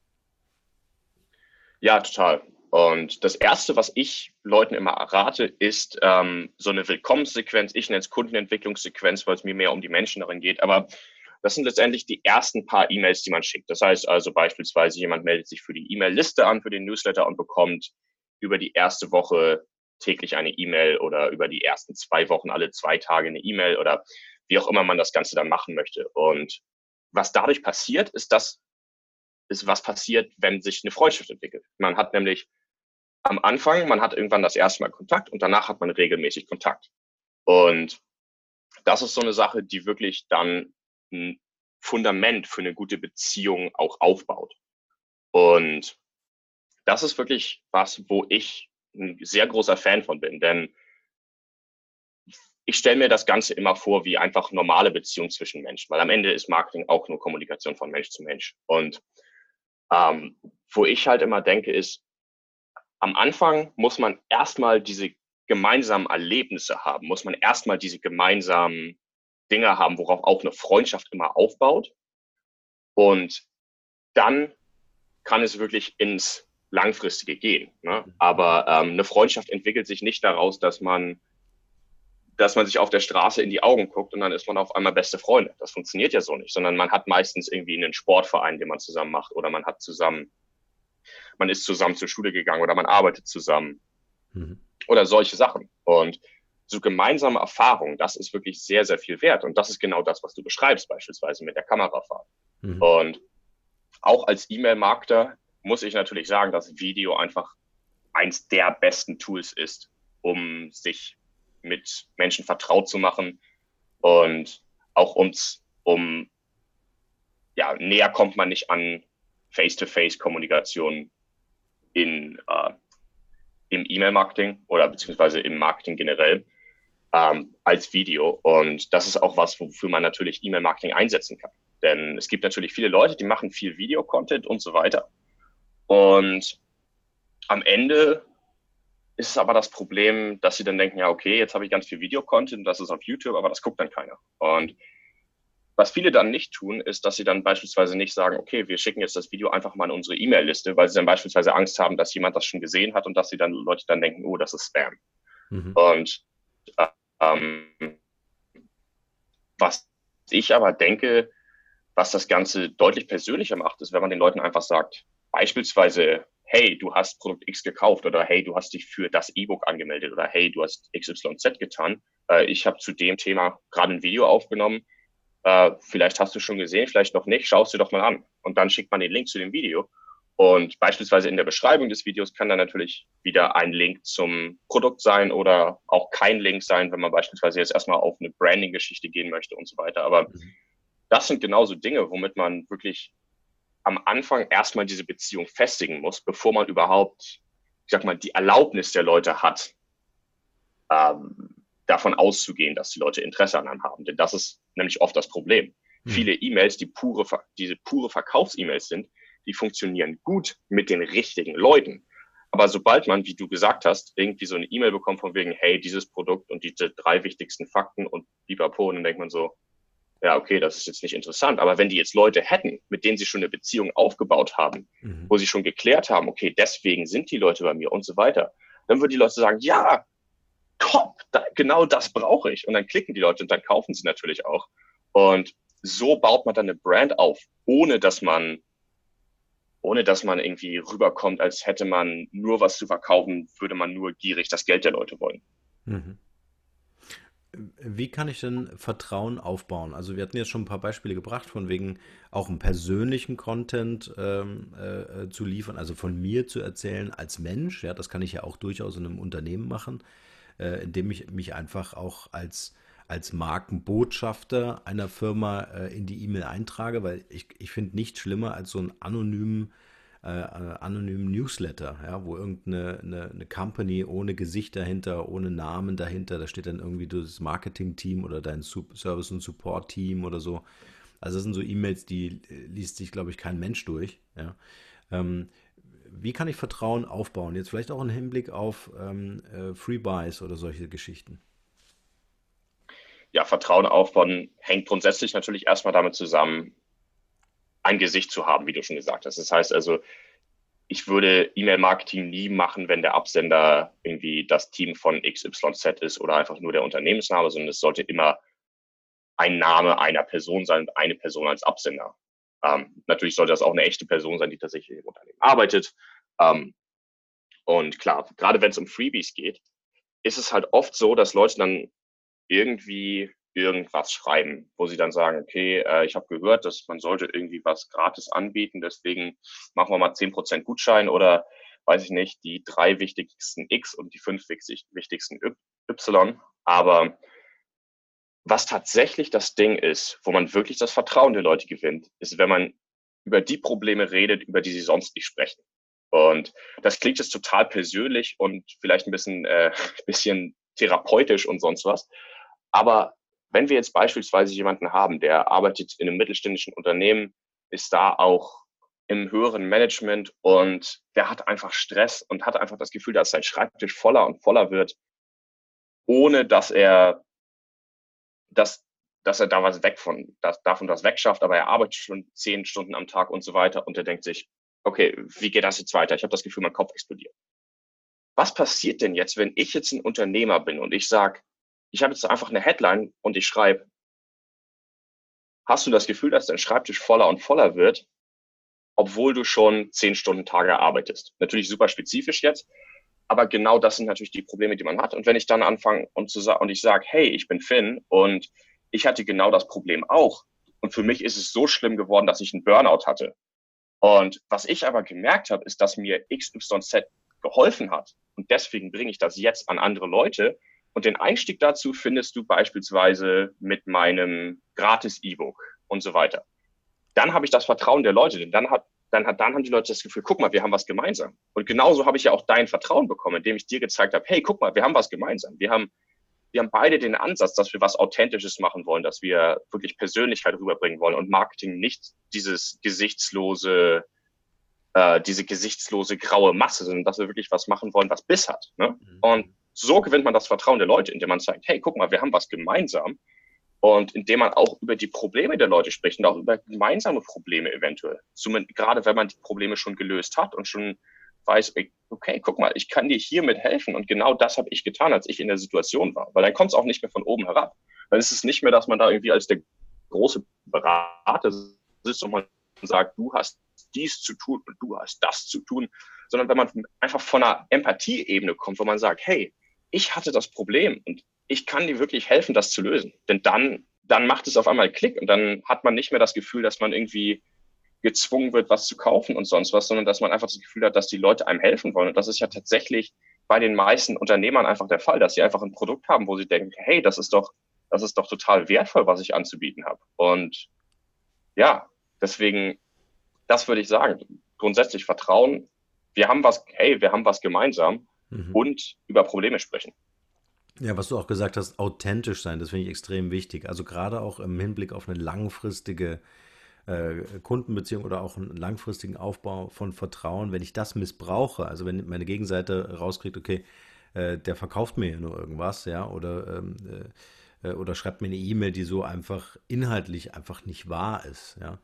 Ja, total. Und das Erste, was ich Leuten immer rate, ist so eine Willkommenssequenz. Ich nenne es Kundenentwicklungssequenz, weil es mir mehr um die Menschen darin geht. Aber das sind letztendlich die ersten paar E-Mails, die man schickt. Das heißt also beispielsweise, jemand meldet sich für die E-Mail-Liste an, für den Newsletter und bekommt über die erste Woche täglich eine E-Mail oder über die ersten 2 Wochen alle 2 Tage eine E-Mail oder wie auch immer man das Ganze dann machen möchte. Und was dadurch passiert, ist, was passiert, wenn sich eine Freundschaft entwickelt. Man hat nämlich am Anfang, man hat irgendwann das erste Mal Kontakt und danach hat man regelmäßig Kontakt. Und das ist so eine Sache, die wirklich dann ein Fundament für eine gute Beziehung auch aufbaut. Und das ist wirklich was, wo ich ein sehr großer Fan von bin, denn ich stelle mir das Ganze immer vor wie einfach normale Beziehung zwischen Menschen, weil am Ende ist Marketing auch nur Kommunikation von Mensch zu Mensch. Und wo ich halt immer denke, ist, am Anfang muss man erstmal diese gemeinsamen Erlebnisse haben, muss man erstmal diese gemeinsamen Dinge haben, worauf auch eine Freundschaft immer aufbaut. Und dann kann es wirklich ins Langfristige gehen. Ne? Aber eine Freundschaft entwickelt sich nicht daraus, dass man sich auf der Straße in die Augen guckt und dann ist man auf einmal beste Freunde. Das funktioniert ja so nicht, sondern man hat meistens irgendwie einen Sportverein, den man zusammen macht oder man ist zusammen zur Schule gegangen oder man arbeitet zusammen oder solche Sachen. Und so gemeinsame Erfahrungen, das ist wirklich sehr, sehr viel wert. Und das ist genau das, was du beschreibst, beispielsweise mit der Kamerafahrt. Und auch als E-Mail-Marketer muss ich natürlich sagen, dass Video einfach eins der besten Tools ist, um sich mit Menschen vertraut zu machen und auch näher kommt man nicht an Face-to-Face-Kommunikation im E-Mail-Marketing oder beziehungsweise im Marketing generell als Video. Und das ist auch was, wofür man natürlich E-Mail-Marketing einsetzen kann. Denn es gibt natürlich viele Leute, die machen viel Video-Content und so weiter. Und am Ende ist es aber das Problem, dass sie dann denken, ja, okay, jetzt habe ich ganz viel Videocontent, das ist auf YouTube, aber das guckt dann keiner. Und was viele dann nicht tun, ist, dass sie dann beispielsweise nicht sagen, okay, wir schicken jetzt das Video einfach mal in unsere E-Mail-Liste, weil sie dann beispielsweise Angst haben, dass jemand das schon gesehen hat und dass Leute dann denken, oh, das ist Spam. Und was ich aber denke, was das Ganze deutlich persönlicher macht, ist, wenn man den Leuten einfach sagt, beispielsweise, hey, du hast Produkt X gekauft oder hey, du hast dich für das E-Book angemeldet oder hey, du hast XYZ getan. Ich habe zu dem Thema gerade ein Video aufgenommen. Vielleicht hast du schon gesehen, vielleicht noch nicht. Schau es dir doch mal an. Und dann schickt man den Link zu dem Video. Und beispielsweise in der Beschreibung des Videos kann dann natürlich wieder ein Link zum Produkt sein oder auch kein Link sein, wenn man beispielsweise jetzt erstmal auf eine Branding-Geschichte gehen möchte und so weiter. Aber das sind genauso Dinge, womit man wirklich am Anfang erstmal diese Beziehung festigen muss, bevor man überhaupt, ich sag mal, die Erlaubnis der Leute hat, davon auszugehen, dass die Leute Interesse an einem haben. Denn das ist nämlich oft das Problem. Viele E-Mails, diese pure Verkaufs-E-Mails sind, die funktionieren gut mit den richtigen Leuten. Aber sobald man, wie du gesagt hast, irgendwie so eine E-Mail bekommt von wegen, hey, dieses Produkt und diese 3 wichtigsten Fakten und pipapo, und dann denkt man so, ja, okay, das ist jetzt nicht interessant. Aber wenn die jetzt Leute hätten, mit denen sie schon eine Beziehung aufgebaut haben, wo sie schon geklärt haben, okay, deswegen sind die Leute bei mir und so weiter, dann würden die Leute sagen, ja, top, genau das brauche ich. Und dann klicken die Leute und dann kaufen sie natürlich auch. Und so baut man dann eine Brand auf, ohne dass man irgendwie rüberkommt, als hätte man nur was zu verkaufen, würde man nur gierig das Geld der Leute wollen. Wie kann ich denn Vertrauen aufbauen? Also wir hatten jetzt schon ein paar Beispiele gebracht, von wegen auch einen persönlichen Content zu liefern, also von mir zu erzählen als Mensch. Ja, das kann ich ja auch durchaus in einem Unternehmen machen, indem ich mich einfach auch als Markenbotschafter einer Firma in die E-Mail eintrage, weil ich finde nichts schlimmer als so einen anonymen Newsletter, ja, wo eine Company ohne Gesicht dahinter, ohne Namen dahinter, da steht dann irgendwie das Marketing-Team oder dein Service- und Support-Team oder so. Also das sind so E-Mails, die liest sich, glaube ich, kein Mensch durch. Ja. Ähm, Wie kann ich Vertrauen aufbauen? Jetzt vielleicht auch im Hinblick auf Free Buys oder solche Geschichten. Ja, Vertrauen aufbauen hängt grundsätzlich natürlich erstmal damit zusammen, ein Gesicht zu haben, wie du schon gesagt hast. Das heißt also, ich würde E-Mail-Marketing nie machen, wenn der Absender irgendwie das Team von XYZ ist oder einfach nur der Unternehmensname, sondern es sollte immer ein Name einer Person sein und eine Person als Absender. Natürlich sollte das auch eine echte Person sein, die tatsächlich im Unternehmen arbeitet. Und klar, gerade wenn es um Freebies geht, ist es halt oft so, dass Leute dann irgendwie irgendwas schreiben, wo sie dann sagen, okay, ich habe gehört, dass man sollte irgendwie was gratis anbieten, deswegen machen wir mal 10% Gutschein oder weiß ich nicht, die 3 wichtigsten X und die 5 wichtigsten Y. Aber was tatsächlich das Ding ist, wo man wirklich das Vertrauen der Leute gewinnt, ist, wenn man über die Probleme redet, über die sie sonst nicht sprechen. Und das klingt jetzt total persönlich und vielleicht ein bisschen therapeutisch und sonst was. Aber wenn wir jetzt beispielsweise jemanden haben, der arbeitet in einem mittelständischen Unternehmen, ist da auch im höheren Management und der hat einfach Stress und hat einfach das Gefühl, dass sein Schreibtisch voller und voller wird, ohne dass, dass er da was davon das wegschafft, aber er arbeitet schon 10 Stunden am Tag und so weiter und er denkt sich, okay, wie geht das jetzt weiter? Ich habe das Gefühl, mein Kopf explodiert. Was passiert denn jetzt, wenn ich jetzt ein Unternehmer bin und ich sage, ich habe jetzt einfach eine Headline und ich schreibe, hast du das Gefühl, dass dein Schreibtisch voller und voller wird, obwohl du schon 10 Stunden Tage arbeitest? Natürlich super spezifisch jetzt, aber genau das sind natürlich die Probleme, die man hat. Und wenn ich dann anfange und ich sage, hey, ich bin Finn und ich hatte genau das Problem auch. Und für mich ist es so schlimm geworden, dass ich einen Burnout hatte. Und was ich aber gemerkt habe, ist, dass mir XYZ geholfen hat. Und deswegen bringe ich das jetzt an andere Leute. Und den Einstieg dazu findest du beispielsweise mit meinem Gratis-E-Book und so weiter. Dann habe ich das Vertrauen der Leute, denn dann haben die Leute das Gefühl, guck mal, wir haben was gemeinsam. Und genauso habe ich ja auch dein Vertrauen bekommen, indem ich dir gezeigt habe, hey, guck mal, wir haben was gemeinsam. Wir haben beide den Ansatz, dass wir was Authentisches machen wollen, dass wir wirklich Persönlichkeit rüberbringen wollen und Marketing nicht diese gesichtslose graue Masse, sondern dass wir wirklich was machen wollen, was Biss hat. Ne? Und so gewinnt man das Vertrauen der Leute, indem man sagt, hey, guck mal, wir haben was gemeinsam. Und indem man auch über die Probleme der Leute spricht und auch über gemeinsame Probleme eventuell. Gerade wenn man die Probleme schon gelöst hat und schon weiß, okay, guck mal, ich kann dir hiermit helfen. Und genau das habe ich getan, als ich in der Situation war. Weil dann kommt es auch nicht mehr von oben herab. Dann ist es nicht mehr, dass man da irgendwie als der große Berater sitzt und man sagt, du hast dies zu tun und du hast das zu tun. Sondern wenn man einfach von einer Empathieebene kommt, wo man sagt, hey, ich hatte das Problem und ich kann dir wirklich helfen, das zu lösen. Denn dann macht es auf einmal Klick und dann hat man nicht mehr das Gefühl, dass man irgendwie gezwungen wird, was zu kaufen und sonst was, sondern dass man einfach das Gefühl hat, dass die Leute einem helfen wollen. Und das ist ja tatsächlich bei den meisten Unternehmern einfach der Fall, dass sie einfach ein Produkt haben, wo sie denken, hey, das ist doch total wertvoll, was ich anzubieten habe. Und ja, deswegen, das würde ich sagen. Grundsätzlich Vertrauen. Wir haben was gemeinsam und über Probleme sprechen. Ja, was du auch gesagt hast, authentisch sein, das finde ich extrem wichtig. Also gerade auch im Hinblick auf eine langfristige Kundenbeziehung oder auch einen langfristigen Aufbau von Vertrauen, wenn ich das missbrauche, also wenn meine Gegenseite rauskriegt, okay, der verkauft mir ja nur irgendwas, ja, oder schreibt mir eine E-Mail, die so einfach inhaltlich einfach nicht wahr ist, ja,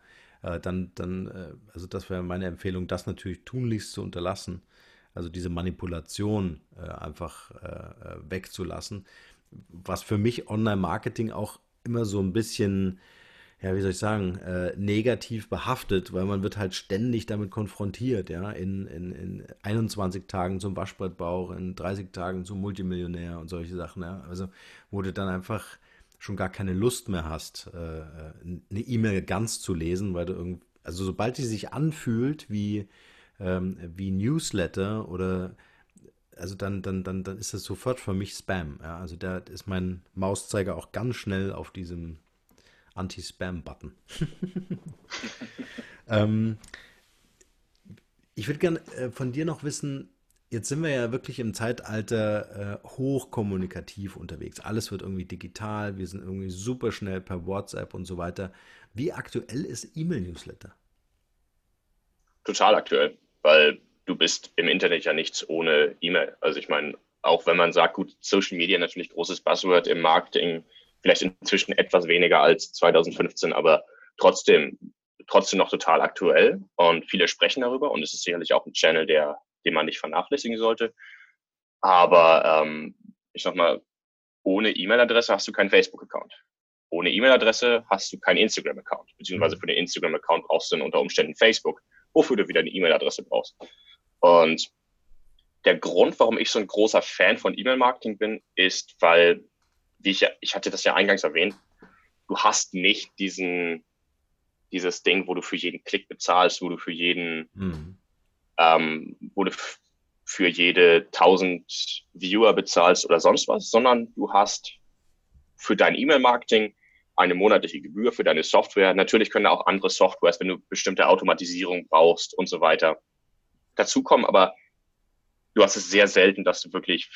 also das wäre meine Empfehlung, das natürlich tunlichst zu unterlassen, also diese Manipulation einfach wegzulassen, was für mich Online-Marketing auch immer so ein bisschen, ja, wie soll ich sagen, negativ behaftet, weil man wird halt ständig damit konfrontiert, ja, in 21 Tagen zum Waschbrettbauch, in 30 Tagen zum Multimillionär und solche Sachen, ja, also wo du dann einfach schon gar keine Lust mehr hast, eine E-Mail ganz zu lesen, weil du also sobald die sich anfühlt wie Newsletter oder also dann ist das sofort für mich Spam. Ja? Also da ist mein Mauszeiger auch ganz schnell auf diesem Anti-Spam-Button. Ich würde gerne von dir noch wissen, jetzt sind wir ja wirklich im Zeitalter hochkommunikativ unterwegs. Alles wird irgendwie digital, wir sind irgendwie super schnell per WhatsApp und so weiter. Wie aktuell ist E-Mail-Newsletter? Total aktuell, weil du bist im Internet ja nichts ohne E-Mail. Also ich meine, auch wenn man sagt, gut, Social Media natürlich großes Buzzword im Marketing, vielleicht inzwischen etwas weniger als 2015, aber trotzdem, trotzdem noch total aktuell und viele sprechen darüber und es ist sicherlich auch ein Channel, den man nicht vernachlässigen sollte. Aber ich sag mal, ohne E-Mail-Adresse hast du keinen Facebook-Account. Ohne E-Mail-Adresse hast du keinen Instagram-Account, beziehungsweise für den Instagram-Account brauchst du dann unter Umständen Facebook, wofür du wieder eine E-Mail-Adresse brauchst. Und der Grund, warum ich so ein großer Fan von E-Mail-Marketing bin, ist, weil, ich hatte das ja eingangs erwähnt, du hast nicht dieses Ding, wo du für jeden Klick bezahlst, wo du für jeden, wo du für jede 1000 Viewer bezahlst oder sonst was, sondern du hast für dein E-Mail-Marketing eine monatliche Gebühr für deine Software. Natürlich können da auch andere Softwares, wenn du bestimmte Automatisierung brauchst und so weiter, dazukommen, aber du hast es sehr selten, dass du wirklich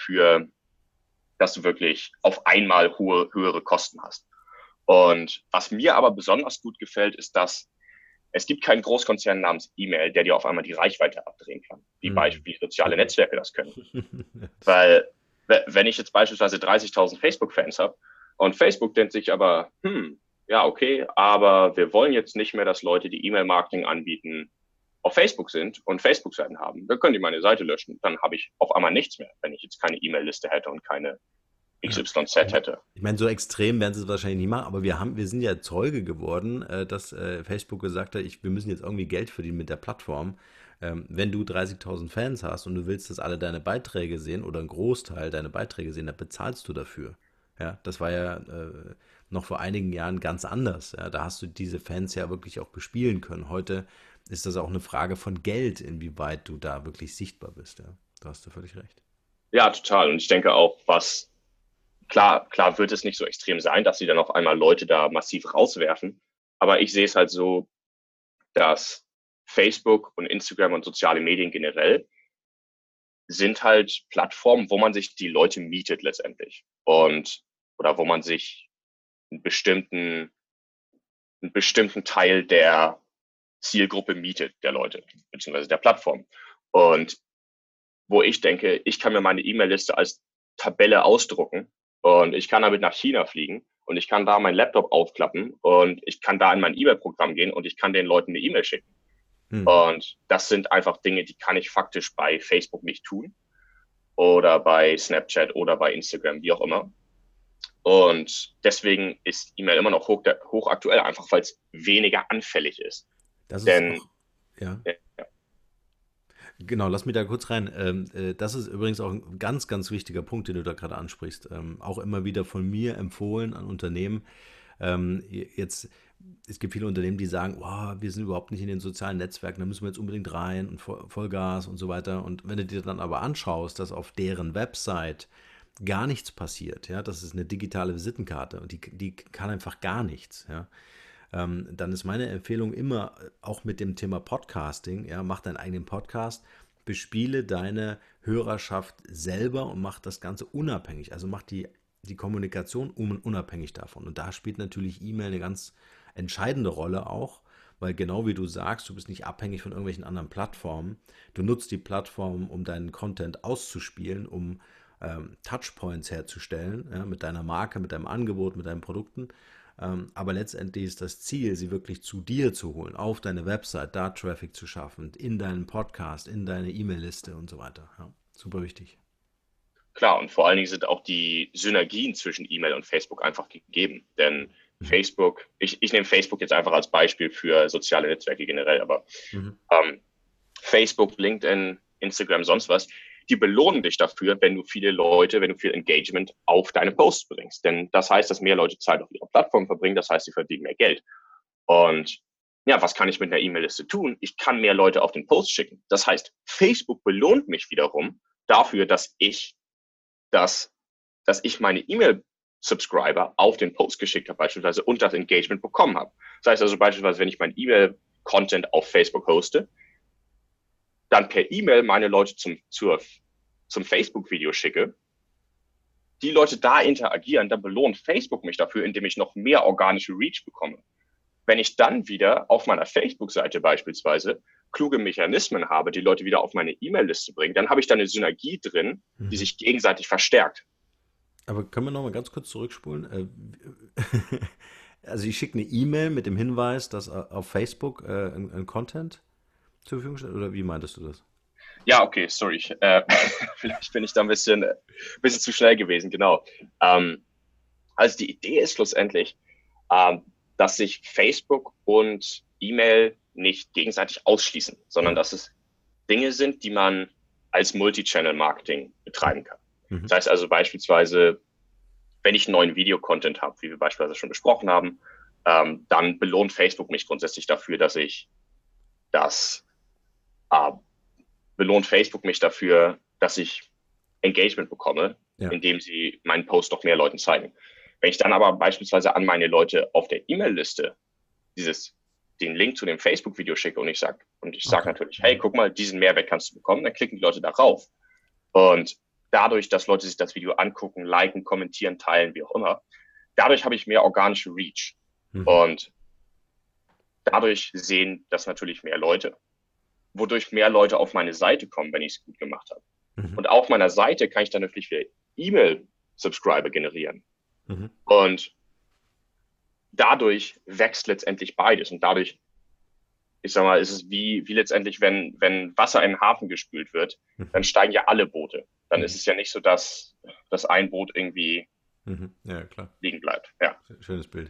auf einmal höhere Kosten hast. Und was mir aber besonders gut gefällt, ist, dass es gibt keinen Großkonzern namens E-Mail, der dir auf einmal die Reichweite abdrehen kann, wie soziale Netzwerke das können. Weil, wenn ich jetzt beispielsweise 30.000 Facebook-Fans habe und Facebook denkt sich aber, ja, okay, aber wir wollen jetzt nicht mehr, dass Leute, die E-Mail-Marketing anbieten, auf Facebook sind und Facebook-Seiten haben, dann können die meine Seite löschen. Dann habe ich auf einmal nichts mehr, wenn ich jetzt keine E-Mail-Liste hätte und keine XYZ hätte. Ich meine, so extrem werden sie es wahrscheinlich nicht machen, aber wir sind ja Zeuge geworden, dass Facebook gesagt hat, wir müssen jetzt irgendwie Geld verdienen mit der Plattform. Wenn du 30.000 Fans hast und du willst, dass alle deine Beiträge sehen oder einen Großteil deiner Beiträge sehen, dann bezahlst du dafür. Ja, das war ja noch vor einigen Jahren ganz anders. Ja, da hast du diese Fans ja wirklich auch bespielen können. Heute ist das auch eine Frage von Geld, inwieweit du da wirklich sichtbar bist. Ja, da hast du völlig recht. Ja, total. Und ich denke auch, klar wird es nicht so extrem sein, dass sie dann auf einmal Leute da massiv rauswerfen. Aber ich sehe es halt so, dass Facebook und Instagram und soziale Medien generell sind halt Plattformen, wo man sich die Leute mietet letztendlich. Oder wo man sich einen bestimmten Teil der Zielgruppe mietet, der Leute, beziehungsweise der Plattform. Und wo ich denke, ich kann mir meine E-Mail-Liste als Tabelle ausdrucken und ich kann damit nach China fliegen und ich kann da meinen Laptop aufklappen und ich kann da in mein E-Mail-Programm gehen und ich kann den Leuten eine E-Mail schicken. Und das sind einfach Dinge, die kann ich faktisch bei Facebook nicht tun oder bei Snapchat oder bei Instagram, wie auch immer. Und deswegen ist E-Mail immer noch hochaktuell, einfach weil es weniger anfällig ist. Das ist Denn, auch, ja. ja. Genau, lass mich da kurz rein. Das ist übrigens auch ein ganz, ganz wichtiger Punkt, den du da gerade ansprichst. Auch immer wieder von mir empfohlen an Unternehmen. Es gibt viele Unternehmen, die sagen, oh, wir sind überhaupt nicht in den sozialen Netzwerken, da müssen wir jetzt unbedingt rein und Vollgas und so weiter. Und wenn du dir dann aber anschaust, dass auf deren Website gar nichts passiert, ja, das ist eine digitale Visitenkarte und die kann einfach gar nichts, ja. Dann ist meine Empfehlung immer, auch mit dem Thema Podcasting, ja, mach deinen eigenen Podcast, bespiele deine Hörerschaft selber und mach das Ganze unabhängig, also mach die Kommunikation unabhängig davon. Und da spielt natürlich E-Mail eine ganz entscheidende Rolle auch, weil genau wie du sagst, du bist nicht abhängig von irgendwelchen anderen Plattformen, du nutzt die Plattform, um deinen Content auszuspielen, um Touchpoints herzustellen, ja, mit deiner Marke, mit deinem Angebot, mit deinen Produkten. Aber letztendlich ist das Ziel, sie wirklich zu dir zu holen, auf deine Website, da Traffic zu schaffen, in deinen Podcast, in deine E-Mail-Liste und so weiter. Ja, super wichtig. Klar, und vor allen Dingen sind auch die Synergien zwischen E-Mail und Facebook einfach gegeben. Denn Facebook, ich nehme Facebook jetzt einfach als Beispiel für soziale Netzwerke generell, aber Facebook, LinkedIn, Instagram, sonst was, die belohnen dich dafür, wenn du viel Engagement auf deine Posts bringst. Denn das heißt, dass mehr Leute Zeit auf ihrer Plattform verbringen, das heißt, sie verdienen mehr Geld. Und ja, was kann ich mit einer E-Mail-Liste tun? Ich kann mehr Leute auf den Post schicken. Das heißt, Facebook belohnt mich wiederum dafür, dass ich meine E-Mail-Subscriber auf den Post geschickt habe beispielsweise und das Engagement bekommen habe. Das heißt also beispielsweise, wenn ich mein E-Mail-Content auf Facebook hoste, dann per E-Mail meine Leute zum Facebook-Video schicke, die Leute da interagieren, dann belohnt Facebook mich dafür, indem ich noch mehr organische Reach bekomme. Wenn ich dann wieder auf meiner Facebook-Seite beispielsweise kluge Mechanismen habe, die Leute wieder auf meine E-Mail-Liste bringen, dann habe ich da eine Synergie drin, die sich gegenseitig verstärkt. Aber können wir noch mal ganz kurz zurückspulen? Also ich schicke eine E-Mail mit dem Hinweis, dass auf Facebook ein Content zur Verfügung steht, oder wie meintest du das? Ja, okay, sorry. Vielleicht bin ich da ein bisschen zu schnell gewesen, genau. Also die Idee ist schlussendlich, dass sich Facebook und E-Mail nicht gegenseitig ausschließen, sondern dass es Dinge sind, die man als Multi-Channel-Marketing betreiben kann. Das heißt also beispielsweise, wenn ich einen neuen Videocontent habe, wie wir beispielsweise schon besprochen haben, dann belohnt Facebook mich grundsätzlich dafür, dass ich Engagement bekomme, indem sie meinen Post noch mehr Leuten zeigen. Wenn ich dann aber beispielsweise an meine Leute auf der E-Mail-Liste den Link zu dem Facebook-Video schicke und ich sage natürlich, hey, guck mal, diesen Mehrwert kannst du bekommen, dann klicken die Leute darauf. Und dadurch, dass Leute sich das Video angucken, liken, kommentieren, teilen, wie auch immer, dadurch habe ich mehr organische Reach. Und dadurch sehen das natürlich mehr Leute, wodurch mehr Leute auf meine Seite kommen, wenn ich es gut gemacht habe. Und auf meiner Seite kann ich dann natürlich wieder E-Mail-Subscriber generieren. Und dadurch wächst letztendlich beides. Und dadurch, ich sag mal, ist es wie letztendlich, wenn Wasser in den Hafen gespült wird, dann steigen ja alle Boote. Dann ist es ja nicht so, dass das ein Boot irgendwie liegen bleibt. Ja. Schönes Bild.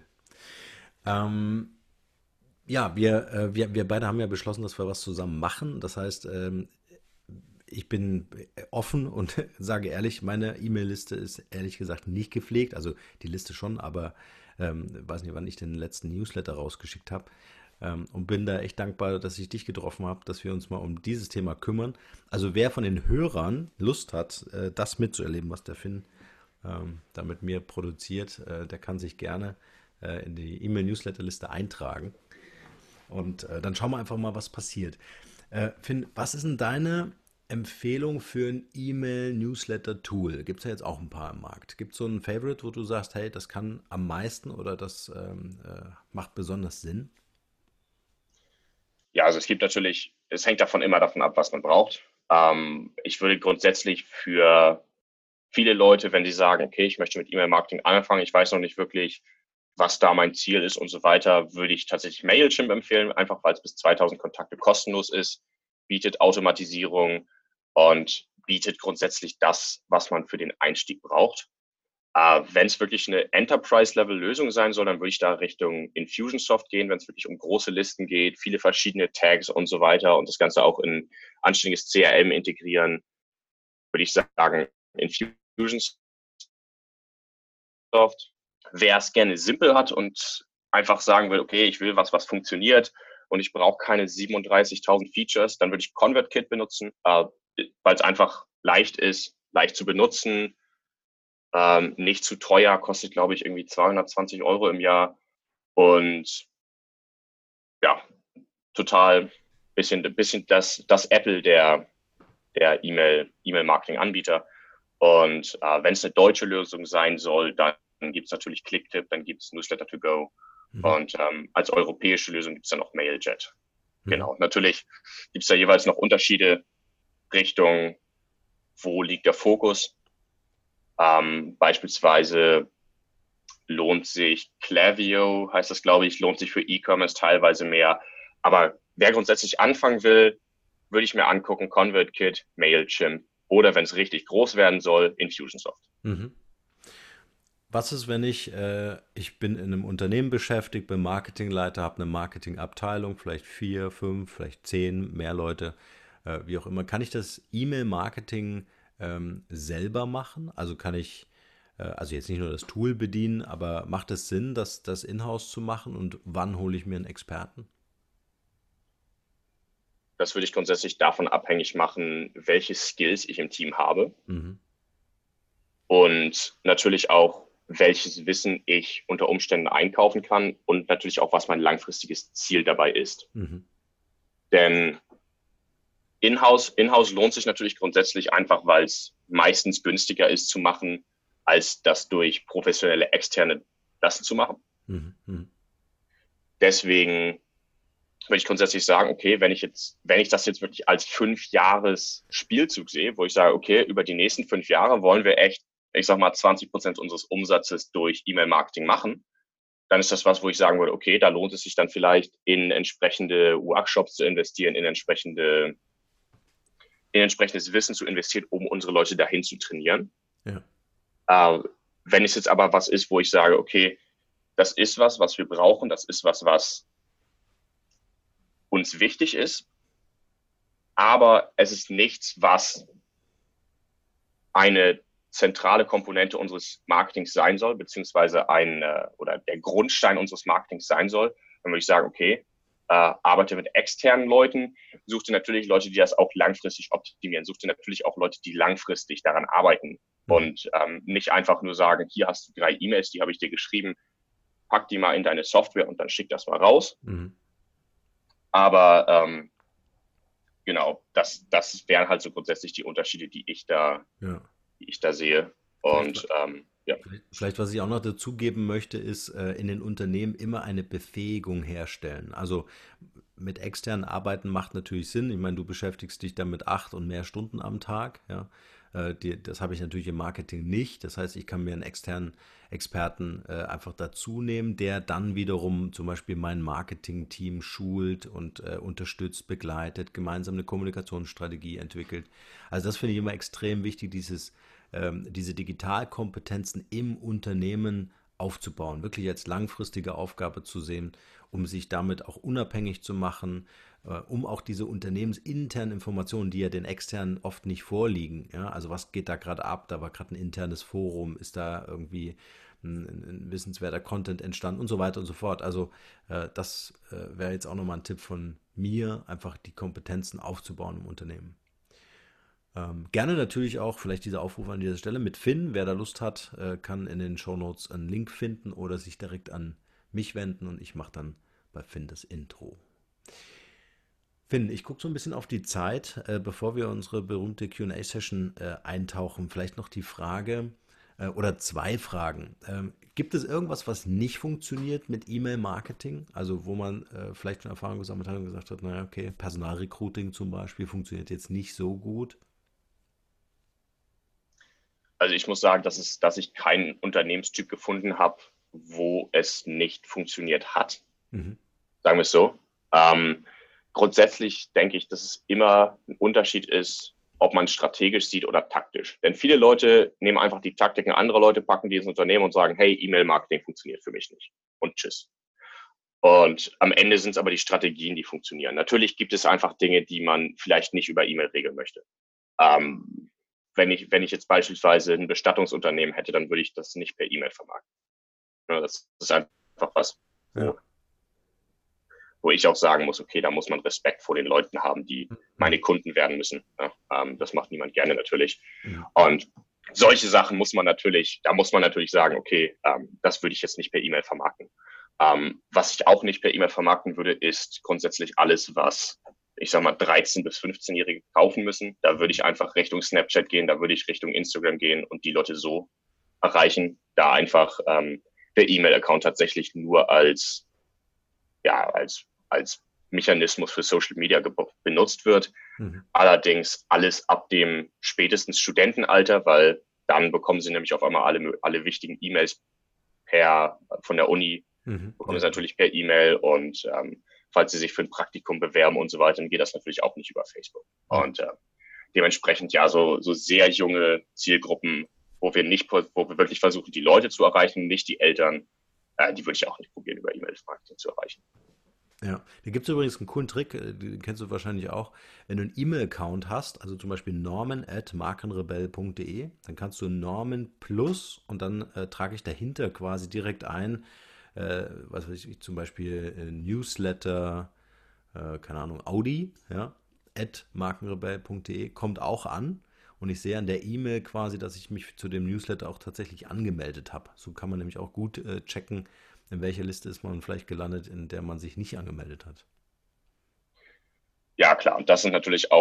Ja, wir beide haben ja beschlossen, dass wir was zusammen machen. Das heißt, ich bin offen und sage ehrlich, meine E-Mail-Liste ist ehrlich gesagt nicht gepflegt. Also die Liste schon, aber weiß nicht, wann ich den letzten Newsletter rausgeschickt habe. Und bin da echt dankbar, dass ich dich getroffen habe, dass wir uns mal um dieses Thema kümmern. Also wer von den Hörern Lust hat, das mitzuerleben, was der Finn da mit mir produziert, der kann sich gerne in die E-Mail-Newsletter-Liste eintragen. Und dann schauen wir einfach mal, was passiert. Finn, was ist denn deine Empfehlung für ein E-Mail-Newsletter-Tool? Gibt es ja jetzt auch ein paar im Markt. Gibt es so ein Favorite, wo du sagst, hey, das kann am meisten oder das macht besonders Sinn? Ja, also es hängt immer davon ab, was man braucht. Ich würde grundsätzlich für viele Leute, wenn sie sagen, okay, ich möchte mit E-Mail-Marketing anfangen, ich weiß noch nicht wirklich, was da mein Ziel ist und so weiter, würde ich tatsächlich Mailchimp empfehlen, einfach weil es bis 2000 Kontakte kostenlos ist, bietet Automatisierung und bietet grundsätzlich das, was man für den Einstieg braucht. Wenn es wirklich eine Enterprise-Level-Lösung sein soll, dann würde ich da Richtung Infusionsoft gehen, wenn es wirklich um große Listen geht, viele verschiedene Tags und so weiter und das Ganze auch in anständiges CRM integrieren, würde ich sagen, Infusionsoft. Wer es gerne simpel hat und einfach sagen will, okay, ich will was funktioniert und ich brauche keine 37.000 Features, dann würde ich ConvertKit benutzen, weil es einfach leicht ist, leicht zu benutzen, nicht zu teuer, kostet, glaube ich, irgendwie 220 € im Jahr und ja, total bisschen das Apple der E-Mail-Marketing-Anbieter. Und wenn es eine deutsche Lösung sein soll, dann gibt es natürlich Clicktip, dann gibt es Newsletter to go und als europäische Lösung gibt es dann noch Mailjet. Genau, natürlich gibt es da jeweils noch Unterschiede Richtung, wo liegt der Fokus. Beispielsweise lohnt sich Klaviyo, heißt das, glaube ich, lohnt sich für E-Commerce teilweise mehr. Aber wer grundsätzlich anfangen will, würde ich mir angucken, ConvertKit, Mailchimp oder wenn es richtig groß werden soll, Infusionsoft. Was ist, wenn ich bin in einem Unternehmen beschäftigt, bin Marketingleiter, habe eine Marketingabteilung, vielleicht 4, 5, vielleicht 10, mehr Leute, wie auch immer. Kann ich das E-Mail-Marketing selber machen? Also kann ich, also jetzt nicht nur das Tool bedienen, aber macht es Sinn, das in-house zu machen und wann hole ich mir einen Experten? Das würde ich grundsätzlich davon abhängig machen, welche Skills ich im Team habe. Und natürlich auch, welches Wissen ich unter Umständen einkaufen kann und natürlich auch, was mein langfristiges Ziel dabei ist. Denn In-house lohnt sich natürlich grundsätzlich einfach, weil es meistens günstiger ist zu machen, als das durch professionelle Externe das zu machen. Deswegen würde ich grundsätzlich sagen, okay, wenn ich das jetzt wirklich als 5-Jahres-Spielzug sehe, wo ich sage, okay, über die nächsten 5 Jahre wollen wir echt, ich sag mal, 20% unseres Umsatzes durch E-Mail-Marketing machen, dann ist das was, wo ich sagen würde, okay, da lohnt es sich dann vielleicht in entsprechende Workshops zu investieren, in entsprechendes Wissen zu investieren, um unsere Leute dahin zu trainieren. Ja. Wenn es jetzt aber was ist, wo ich sage, okay, das ist was wir brauchen, das ist was uns wichtig ist, aber es ist nichts, was eine zentrale Komponente unseres Marketings sein soll, beziehungsweise oder der Grundstein unseres Marketings sein soll, dann würde ich sagen, okay, arbeite mit externen Leuten, such dir natürlich Leute, die das auch langfristig optimieren, such dir natürlich auch Leute, die langfristig daran arbeiten und nicht einfach nur sagen, hier hast du 3 E-Mails, die habe ich dir geschrieben, pack die mal in deine Software und dann schick das mal raus. Aber genau, das wären halt so grundsätzlich die Unterschiede, die ich da sehe. Und ja. Vielleicht, was ich auch noch dazugeben möchte, ist in den Unternehmen immer eine Befähigung herstellen. Also mit externen Arbeiten macht natürlich Sinn. Ich meine, du beschäftigst dich damit 8 und mehr Stunden am Tag. Ja. Das habe ich natürlich im Marketing nicht. Das heißt, ich kann mir einen externen Experten einfach dazu nehmen, der dann wiederum zum Beispiel mein Marketing-Team schult und unterstützt, begleitet, gemeinsam eine Kommunikationsstrategie entwickelt. Also das finde ich immer extrem wichtig, diese Digitalkompetenzen im Unternehmen aufzubauen, wirklich als langfristige Aufgabe zu sehen, um sich damit auch unabhängig zu machen, um auch diese unternehmensinternen Informationen, die ja den externen oft nicht vorliegen, ja, also was geht da gerade ab, da war gerade ein internes Forum, ist da irgendwie ein wissenswerter Content entstanden und so weiter und so fort. Also das wäre jetzt auch nochmal ein Tipp von mir, einfach die Kompetenzen aufzubauen im Unternehmen. Gerne natürlich auch, vielleicht dieser Aufruf an dieser Stelle mit Finn. Wer da Lust hat, kann in den Shownotes einen Link finden oder sich direkt an mich wenden und ich mache dann bei Finn das Intro. Finn, ich gucke so ein bisschen auf die Zeit, bevor wir unsere berühmte Q&A-Session eintauchen. Vielleicht noch die Frage oder 2 Fragen. Gibt es irgendwas, was nicht funktioniert mit E-Mail-Marketing? Also wo man vielleicht schon Erfahrung gesammelt hat und gesagt hat, naja, okay, Personalrecruiting zum Beispiel funktioniert jetzt nicht so gut. Also ich muss sagen, dass ich keinen Unternehmenstyp gefunden habe, wo es nicht funktioniert hat. Sagen wir es so. Grundsätzlich denke ich, dass es immer ein Unterschied ist, ob man strategisch sieht oder taktisch. Denn viele Leute nehmen einfach die Taktiken anderer Leute, packen die ins Unternehmen und sagen, hey, E-Mail-Marketing funktioniert für mich nicht. Und tschüss. Und am Ende sind es aber die Strategien, die funktionieren. Natürlich gibt es einfach Dinge, die man vielleicht nicht über E-Mail regeln möchte. Wenn ich jetzt beispielsweise ein Bestattungsunternehmen hätte, dann würde ich das nicht per E-Mail vermarkten. Ja, das ist einfach was, wo ich auch sagen muss, okay, da muss man Respekt vor den Leuten haben, die meine Kunden werden müssen. Ja, das macht niemand gerne natürlich. Und solche Sachen muss man natürlich sagen, okay, das würde ich jetzt nicht per E-Mail vermarkten. Was ich auch nicht per E-Mail vermarkten würde, ist grundsätzlich alles, was ich sag mal 13- bis 15-Jährige kaufen müssen. Da würde ich einfach Richtung Snapchat gehen, da würde ich Richtung Instagram gehen und die Leute so erreichen, da einfach der E-Mail-Account tatsächlich nur als Mechanismus für Social Media benutzt wird. Allerdings alles ab dem spätestens Studentenalter, weil dann bekommen sie nämlich auf einmal alle wichtigen E-Mails von der Uni, bekommen sie natürlich per E-Mail und falls sie sich für ein Praktikum bewerben und so weiter, dann geht das natürlich auch nicht über Facebook. Und dementsprechend ja so sehr junge Zielgruppen, wo wir wirklich versuchen, die Leute zu erreichen, nicht die Eltern, die würde ich auch nicht probieren, über E-Mail-Marketing zu erreichen. Ja, da gibt es übrigens einen coolen Trick, den kennst du wahrscheinlich auch. Wenn du einen E-Mail-Account hast, also zum Beispiel norman@markenrebell.de, dann kannst du Norman Plus und dann trage ich dahinter quasi direkt ein, was weiß ich, zum Beispiel Newsletter, keine Ahnung, Audi, ja, @markenrebell.de, kommt auch an. Und ich sehe an der E-Mail quasi, dass ich mich zu dem Newsletter auch tatsächlich angemeldet habe. So kann man nämlich auch gut checken, in welcher Liste ist man vielleicht gelandet, in der man sich nicht angemeldet hat. Ja, klar. Und das sind natürlich auch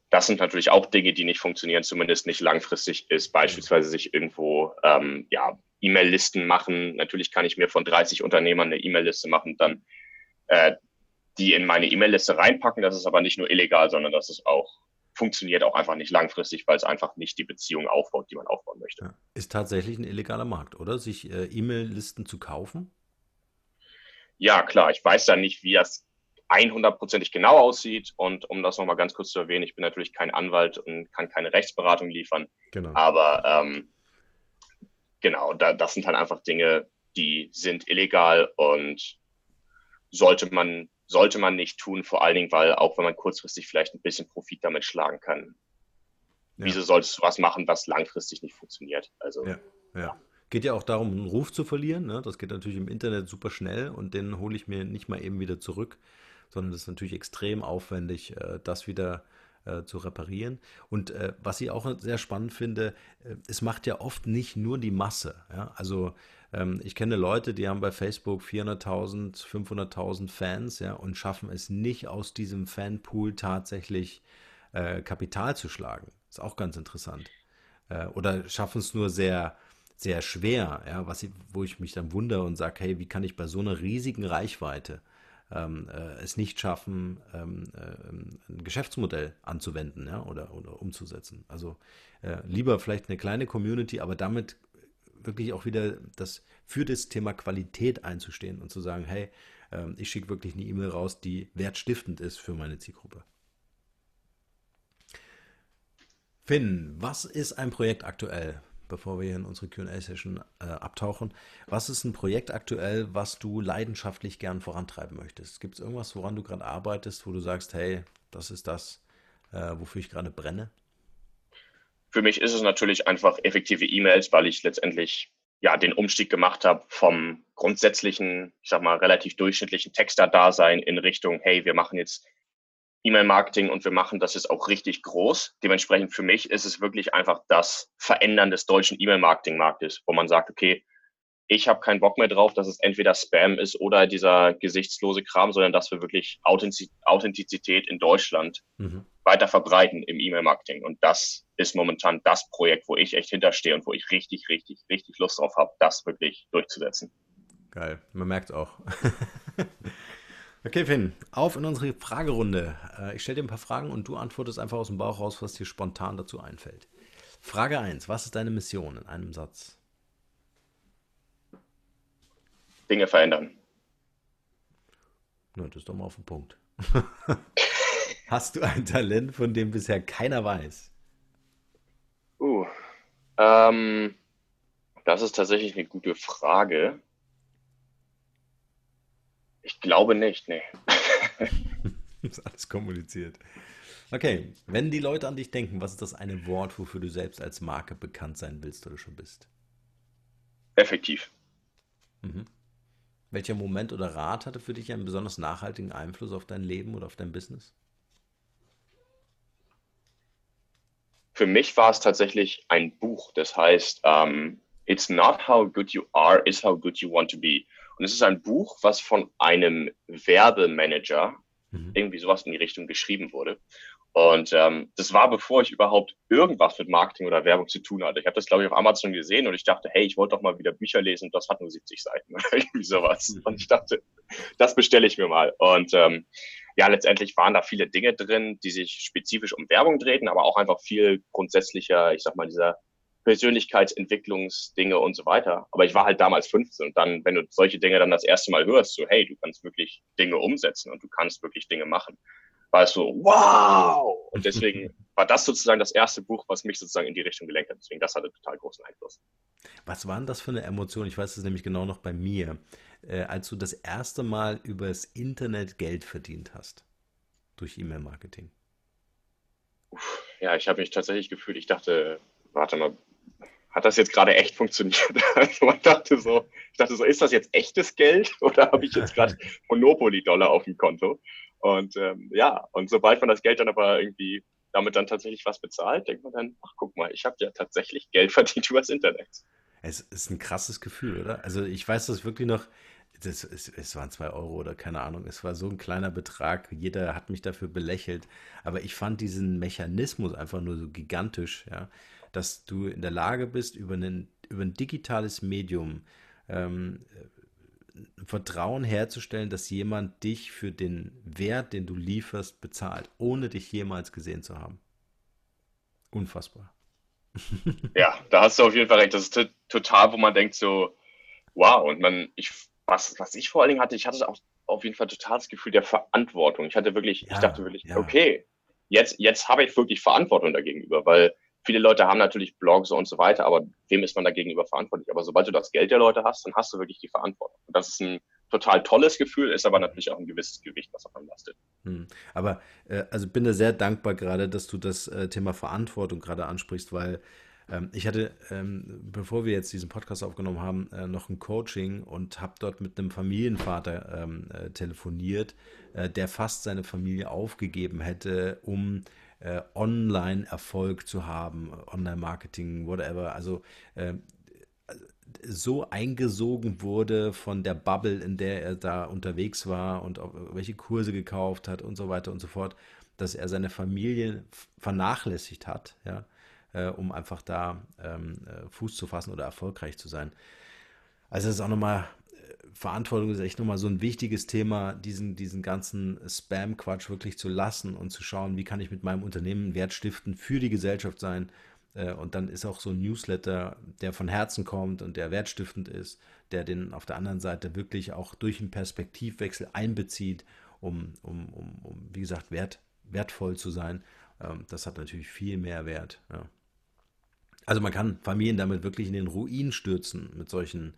das sind natürlich auch Dinge, die nicht funktionieren, zumindest nicht langfristig, ist beispielsweise sich irgendwo E-Mail-Listen machen. Natürlich kann ich mir von 30 Unternehmern eine E-Mail-Liste machen, dann die in meine E-Mail-Liste reinpacken. Das ist aber nicht nur illegal, sondern das ist auch funktioniert auch einfach nicht langfristig, weil es einfach nicht die Beziehung aufbaut, die man aufbauen möchte. Ja. Ist tatsächlich ein illegaler Markt, oder? Sich E-Mail-Listen zu kaufen? Ja, klar, ich weiß dann nicht, wie das 100%ig genau aussieht. Und um das nochmal ganz kurz zu erwähnen, ich bin natürlich kein Anwalt und kann keine Rechtsberatung liefern. Genau. Aber genau, das sind halt einfach Dinge, die sind illegal und sollte man nicht tun, vor allen Dingen, weil auch wenn man kurzfristig vielleicht ein bisschen Profit damit schlagen kann, wieso solltest du was machen, was langfristig nicht funktioniert? Also, ja. Geht ja auch darum, einen Ruf zu verlieren. Ne? Das geht natürlich im Internet super schnell und den hole ich mir nicht mal eben wieder zurück, sondern das ist natürlich extrem aufwendig, das wieder zu reparieren. Und was ich auch sehr spannend finde, es macht ja oft nicht nur die Masse. Ja? Also ich kenne Leute, die haben bei Facebook 400.000, 500.000 Fans, ja, und schaffen es nicht aus diesem Fanpool tatsächlich Kapital zu schlagen. Ist auch ganz interessant. Oder schaffen es nur sehr, sehr schwer, ja, wo ich mich dann wundere und sage, hey, wie kann ich bei so einer riesigen Reichweite es nicht schaffen, ein Geschäftsmodell anzuwenden, ja, oder umzusetzen. Also lieber vielleicht eine kleine Community, aber damit wirklich auch wieder für das Thema Qualität einzustehen und zu sagen, hey, ich schicke wirklich eine E-Mail raus, die wertstiftend ist für meine Zielgruppe. Finn, was ist ein Projekt aktuell, bevor wir hier in unsere Q&A-Session abtauchen? Was ist ein Projekt aktuell, was du leidenschaftlich gern vorantreiben möchtest? Gibt es irgendwas, woran du gerade arbeitest, wo du sagst, hey, das ist das, wofür ich gerade brenne? für mich ist es natürlich einfach effektive E-Mails, weil ich letztendlich ja den Umstieg gemacht habe vom grundsätzlichen, ich sag mal, relativ durchschnittlichen Texter-Dasein in Richtung, hey, wir machen jetzt E-Mail-Marketing und wir machen das jetzt auch richtig groß. Dementsprechend für mich ist es wirklich einfach das Verändern des deutschen E-Mail-Marketing-Marktes, wo man sagt, okay, ich habe keinen Bock mehr drauf, dass es entweder Spam ist oder dieser gesichtslose Kram, sondern dass wir wirklich Authentizität in Deutschland weiter verbreiten im E-Mail-Marketing. Und das ist momentan das Projekt, wo ich echt hinterstehe und wo ich richtig, richtig, richtig Lust drauf habe, das wirklich durchzusetzen. Geil, man merkt auch. Okay, Finn, auf in unsere Fragerunde. Ich stelle dir ein paar Fragen und du antwortest einfach aus dem Bauch raus, was dir spontan dazu einfällt. Frage 1, was ist deine Mission in einem Satz? Dinge verändern. Na, das ist doch mal auf den Punkt. Hast du ein Talent, von dem bisher keiner weiß? Das ist tatsächlich eine gute Frage. Ich glaube nicht, nee. Ist alles kommuniziert. Okay, wenn die Leute an dich denken, was ist das eine Wort, wofür du selbst als Marke bekannt sein willst oder schon bist? Effektiv. Welcher Moment oder Rat hatte für dich einen besonders nachhaltigen Einfluss auf dein Leben oder auf dein Business? Für mich war es tatsächlich ein Buch, das heißt It's not how good you are, it's how good you want to be. Und es ist ein Buch, was von einem Werbemanager irgendwie sowas in die Richtung geschrieben wurde. Und das war, bevor ich überhaupt irgendwas mit Marketing oder Werbung zu tun hatte. Ich habe das, glaube ich, auf Amazon gesehen und ich dachte, hey, ich wollte doch mal wieder Bücher lesen und das hat nur 70 Seiten oder irgendwie sowas. Und ich dachte, das bestelle ich mir mal. Und ja, letztendlich waren da viele Dinge drin, die sich spezifisch um Werbung drehten, aber auch einfach viel grundsätzlicher, ich sag mal, dieser Persönlichkeitsentwicklungsdinge und so weiter. Aber ich war halt damals 15 und dann, wenn du solche Dinge dann das erste Mal hörst, so, hey, du kannst wirklich Dinge umsetzen und du kannst wirklich Dinge machen, war es so, wow! Und deswegen war das sozusagen das erste Buch, was mich sozusagen in die Richtung gelenkt hat. Deswegen, das hatte total großen Einfluss. Was war denn das für eine Emotion? Ich weiß es nämlich genau noch bei mir, als du das erste Mal übers Internet Geld verdient hast durch E-Mail-Marketing. Ja, ich habe mich tatsächlich gefühlt, ich dachte, warte mal, hat das jetzt gerade echt funktioniert? Also ich dachte so, ist das jetzt echtes Geld oder habe ich jetzt gerade Monopoly-Dollar auf dem Konto? Und ja, und sobald man das Geld dann aber irgendwie damit dann tatsächlich was bezahlt, denkt man dann, ach guck mal, ich habe ja tatsächlich Geld verdient übers Internet. Es ist ein krasses Gefühl, oder? Also ich weiß das wirklich noch, Es waren 2 € oder keine Ahnung. Es war so ein kleiner Betrag. Jeder hat mich dafür belächelt. Aber ich fand diesen Mechanismus einfach nur so gigantisch, ja, dass du in der Lage bist, über ein digitales Medium ähm, Vertrauen herzustellen, dass jemand dich für den Wert, den du lieferst, bezahlt, ohne dich jemals gesehen zu haben. Unfassbar. Ja, da hast du auf jeden Fall recht. Das ist total, wo man denkt so, wow, und was ich vor allen Dingen hatte, ich hatte auch auf jeden Fall total das Gefühl der Verantwortung. Ich dachte Ja, wirklich, ja, okay, jetzt habe ich wirklich Verantwortung dagegenüber, weil viele Leute haben natürlich Blogs und so weiter, aber wem ist man da gegenüber verantwortlich? Aber sobald du das Geld der Leute hast, dann hast du wirklich die Verantwortung. Und das ist ein total tolles Gefühl, ist aber natürlich auch ein gewisses Gewicht, was auf einem lastet. hm. Aber also bin da sehr dankbar gerade, dass du das Thema Verantwortung gerade ansprichst, weil ich hatte, bevor wir jetzt diesen Podcast aufgenommen haben, noch ein Coaching und habe dort mit einem Familienvater telefoniert, der fast seine Familie aufgegeben hätte, um Online-Erfolg zu haben, Online-Marketing, whatever. Also äh, so eingesogen wurde von der Bubble, in der er da unterwegs war und auch welche Kurse gekauft hat und so weiter und so fort, dass er seine Familie vernachlässigt hat, ja, um einfach da Fuß zu fassen oder erfolgreich zu sein. Also das ist auch nochmal, Verantwortung ist echt nochmal so ein wichtiges Thema, diesen ganzen Spam-Quatsch wirklich zu lassen und zu schauen, wie kann ich mit meinem Unternehmen Wert stiften, für die Gesellschaft sein. Und dann ist auch so ein Newsletter, der von Herzen kommt und der wertstiftend ist, der den auf der anderen Seite wirklich auch durch einen Perspektivwechsel einbezieht, wie gesagt, wertvoll zu sein. Das hat natürlich viel mehr Wert. Ja. Also man kann Familien damit wirklich in den Ruin stürzen mit solchen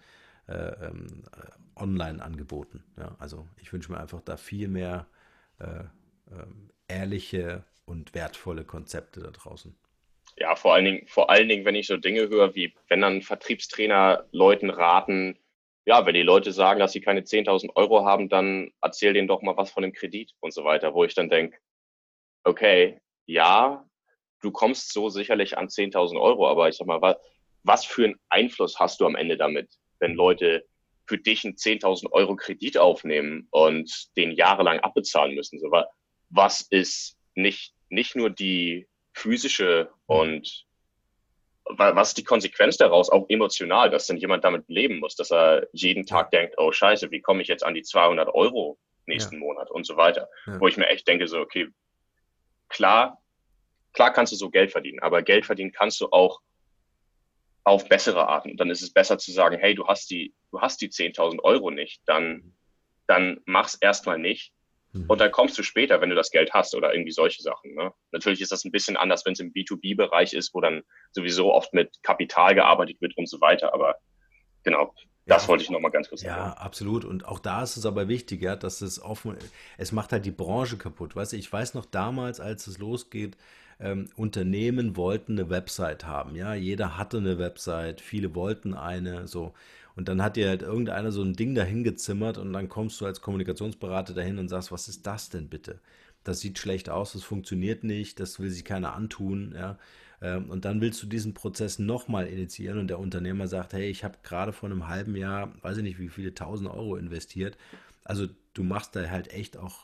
Online-Angeboten. Ja, also ich wünsche mir einfach da viel mehr äh, ehrliche und wertvolle Konzepte da draußen. Ja, vor allen Dingen, wenn ich so Dinge höre, wie wenn dann Vertriebstrainer Leuten raten, ja, wenn die Leute sagen, dass sie keine 10.000 € haben, dann erzähl denen doch mal was von dem Kredit und so weiter, wo ich dann denke, okay, ja, du kommst so sicherlich an 10.000 €, aber ich sag mal, was für einen Einfluss hast du am Ende damit, wenn Leute für dich einen 10.000 € Kredit aufnehmen und den jahrelang abbezahlen müssen? So, was ist nicht nur die physische Mhm. und was ist die Konsequenz daraus, auch emotional, dass dann jemand damit leben muss, dass er jeden Ja, Tag denkt, oh Scheiße, wie komme ich jetzt an die 200 € ja, nächsten Monat und so weiter, ja. wo ich mir echt denke, so, okay, klar, klar kannst du so Geld verdienen, aber Geld verdienen kannst du auch auf bessere Arten. Und dann ist es besser zu sagen, hey, du hast die 10.000 € nicht, dann mach's erstmal nicht. Und Mhm. dann kommst du später, wenn du das Geld hast oder irgendwie solche Sachen. Ne? Natürlich ist das ein bisschen anders, wenn es im B2B-Bereich ist, wo dann sowieso oft mit Kapital gearbeitet wird und so weiter. Aber genau, Ja, das wollte ich nochmal ganz kurz ja, erwähnen. absolut. Und auch da ist es aber wichtig, ja, dass es macht halt die Branche kaputt. Weißt du, ich weiß noch damals, als es losgeht, Unternehmen wollten eine Website haben, ja, jeder hatte eine Website, viele wollten eine, so. Und dann hat dir halt irgendeiner so ein Ding dahin gezimmert und dann kommst du als Kommunikationsberater dahin und sagst, was ist das denn bitte? Das sieht schlecht aus, das funktioniert nicht, das will sich keiner antun, ja. Und dann willst du diesen Prozess nochmal initiieren und der Unternehmer sagt, hey, ich habe gerade vor einem halben Jahr, weiß ich nicht, wie viele 1.000 € investiert. Also du machst da halt echt auch,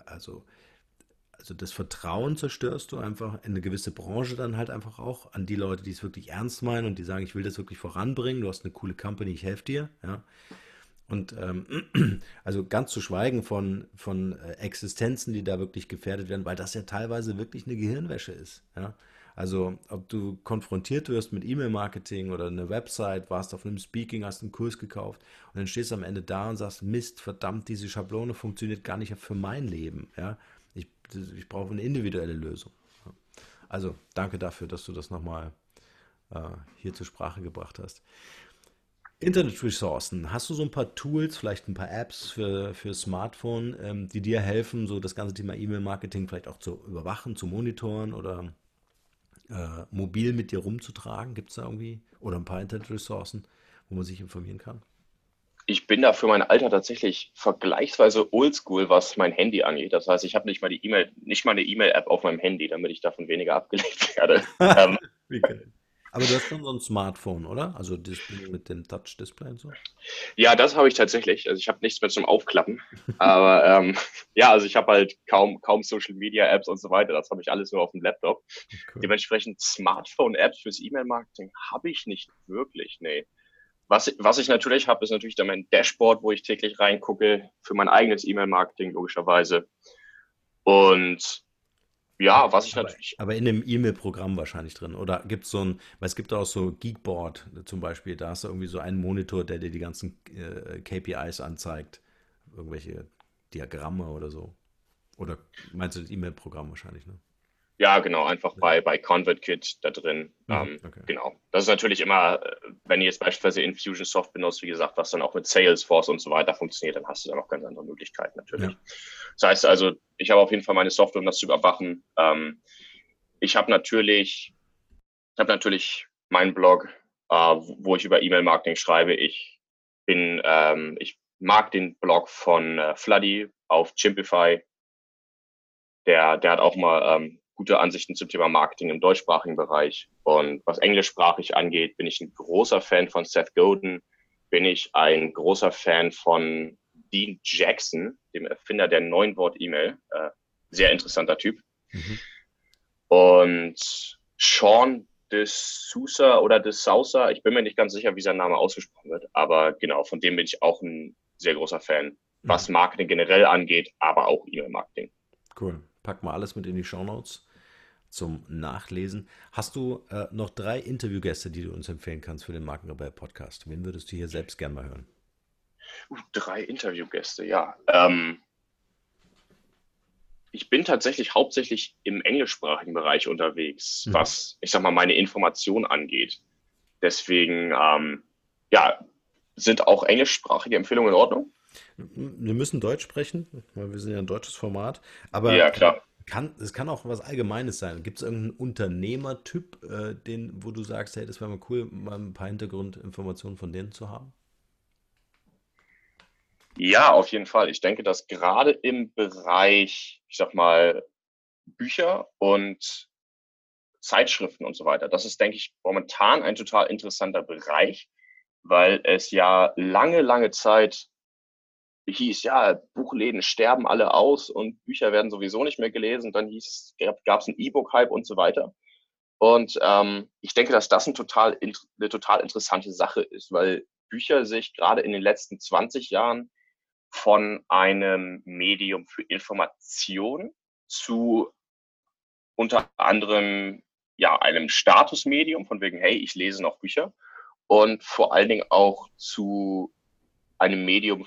also das Vertrauen zerstörst du einfach in eine gewisse Branche dann halt einfach auch an die Leute, die es wirklich ernst meinen und die sagen, ich will das wirklich voranbringen, du hast eine coole Company, ich helfe dir, ja. Und also ganz zu schweigen von Existenzen, die da wirklich gefährdet werden, weil das ja teilweise wirklich eine Gehirnwäsche ist. Ja? Also ob du konfrontiert wirst mit E-Mail-Marketing oder eine Website, warst auf einem Speaking, hast einen Kurs gekauft und dann stehst du am Ende da und sagst, Mist, verdammt, diese Schablone funktioniert gar nicht für mein Leben. Ja? Ich, ich brauche eine individuelle Lösung. Ja. Also danke dafür, dass du das nochmal hier zur Sprache gebracht hast. Internetressourcen. Hast du so ein paar Tools, vielleicht ein paar Apps für Smartphone, die dir helfen, so das ganze Thema E-Mail-Marketing vielleicht auch zu überwachen, zu monitoren oder mobil mit dir rumzutragen? Gibt es da irgendwie? Oder ein paar Internetressourcen, wo man sich informieren kann? Ich bin da für mein Alter tatsächlich vergleichsweise oldschool, was mein Handy angeht. Das heißt, ich habe nicht mal eine E-Mail-App auf meinem Handy, damit ich davon weniger abgelenkt werde. Ähm, Wie geil. Aber du hast schon so ein Smartphone, oder? Also das Ding mit dem Touch-Display und so? Ja, das habe ich tatsächlich. Also ich habe nichts mehr zum Aufklappen. Aber ja, also ich habe halt kaum Social Media Apps und so weiter. Das habe ich alles nur auf dem Laptop. Cool. Dementsprechend Smartphone-Apps fürs E-Mail-Marketing habe ich nicht wirklich. Nee. Was ich natürlich habe, ist natürlich dann mein Dashboard, wo ich täglich reingucke für mein eigenes E-Mail-Marketing, logischerweise. Und Aber, ja, was ich aber, natürlich, aber in dem E-Mail-Programm wahrscheinlich drin. Oder gibt es so ein, weil es gibt auch so Geekboard zum Beispiel, da hast du irgendwie so einen Monitor, der dir die ganzen KPIs anzeigt. Irgendwelche Diagramme oder so. Oder meinst du das E-Mail-Programm wahrscheinlich, ne? ja, genau, einfach bei ConvertKit da drin. Mhm, okay. Genau. Das ist natürlich immer, wenn ihr jetzt beispielsweise Infusionsoft benutzt, wie gesagt, was dann auch mit Salesforce und so weiter funktioniert, dann hast du da noch ganz andere Möglichkeiten natürlich. Ja. Das heißt also, ich habe auf jeden Fall meine Software, um das zu überwachen. Ich habe natürlich meinen Blog, wo ich über E-Mail-Marketing schreibe. Ich mag den Blog von Floody auf Chimpify. Der hat auch mal gute Ansichten zum Thema Marketing im deutschsprachigen Bereich. Und was englischsprachig angeht, bin ich ein großer Fan von Seth Godin, bin ich ein großer Fan von Dean Jackson, dem Erfinder der Neun-Wort-E-Mail. Sehr interessanter Typ. Mhm. Und Sean de Sousa oder de Sousa, ich bin mir nicht ganz sicher, wie sein Name ausgesprochen wird, aber genau, von dem bin ich auch ein sehr großer Fan, was Mhm. Marketing generell angeht, aber auch E-Mail-Marketing. Cool. Pack mal alles mit in die Shownotes zum Nachlesen. Hast du noch 3 Interviewgäste, die du uns empfehlen kannst für den Markenrebell-Podcast? Wen würdest du hier selbst gern mal hören? 3 Interviewgäste, ja. Ich bin tatsächlich hauptsächlich im englischsprachigen Bereich unterwegs, Mhm. was, ich sag mal, meine Information angeht. Deswegen, ja, sind auch englischsprachige Empfehlungen in Ordnung? Wir müssen Deutsch sprechen, weil wir sind ja ein deutsches Format. Aber Ja, klar. es kann auch was Allgemeines sein. Gibt es irgendeinen Unternehmertyp, wo du sagst, hey, das wäre mal cool, mal ein paar Hintergrundinformationen von denen zu haben? Ja, auf jeden Fall. Ich denke, dass gerade im Bereich, ich sag mal, Bücher und Zeitschriften und so weiter, das ist, denke ich, momentan ein total interessanter Bereich, weil es ja lange Zeit hieß, ja, Buchläden sterben alle aus und Bücher werden sowieso nicht mehr gelesen. Dann gab es einen E-Book-Hype und so weiter. Und ich denke, dass das eine total interessante Sache ist, weil Bücher sich gerade in den letzten 20 Jahren von einem Medium für Information zu unter anderem ja einem Statusmedium, von wegen, hey, ich lese noch Bücher, und vor allen Dingen auch zu einem Medium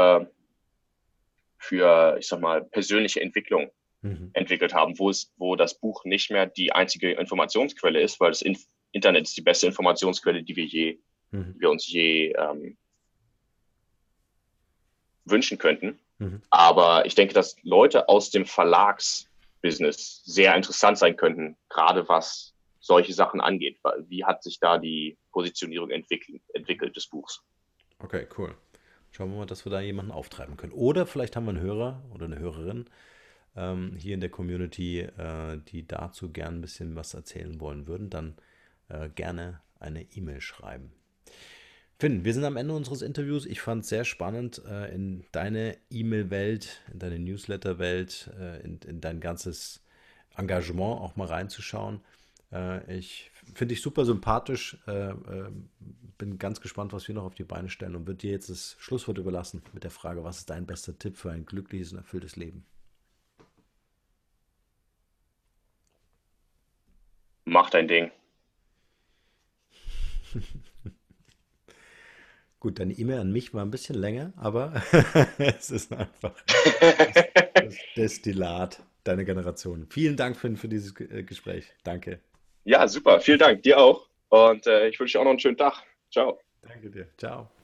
ich sag mal, persönliche Entwicklung Mhm. entwickelt haben, wo das Buch nicht mehr die einzige Informationsquelle ist, weil das Internet ist die beste Informationsquelle, Mhm. die wir uns je wünschen könnten. Mhm. Aber ich denke, dass Leute aus dem Verlagsbusiness sehr interessant sein könnten, gerade was solche Sachen angeht. Wie hat sich da die Positionierung entwickelt des Buchs? Okay, cool. Schauen wir mal, dass wir da jemanden auftreiben können. Oder vielleicht haben wir einen Hörer oder eine Hörerin hier in der Community, die dazu gern ein bisschen was erzählen wollen würden. Dann gerne eine E-Mail schreiben. Finn, wir sind am Ende unseres Interviews. Ich fand es sehr spannend, in deine E-Mail-Welt, in deine Newsletter-Welt, in dein ganzes Engagement auch mal reinzuschauen. Ich finde dich super sympathisch. Bin ganz gespannt, was wir noch auf die Beine stellen und würde dir jetzt das Schlusswort überlassen mit der Frage, was ist dein bester Tipp für ein glückliches und erfülltes Leben? Mach dein Ding. Gut, deine E-Mail an mich war ein bisschen länger, aber es ist einfach das Destillat deiner Generation. Vielen Dank, Finn, für dieses Gespräch. Danke. Ja, super. Vielen Dank. Dir auch. Und ich wünsche dir auch noch einen schönen Tag. Ciao. Danke dir. Ciao.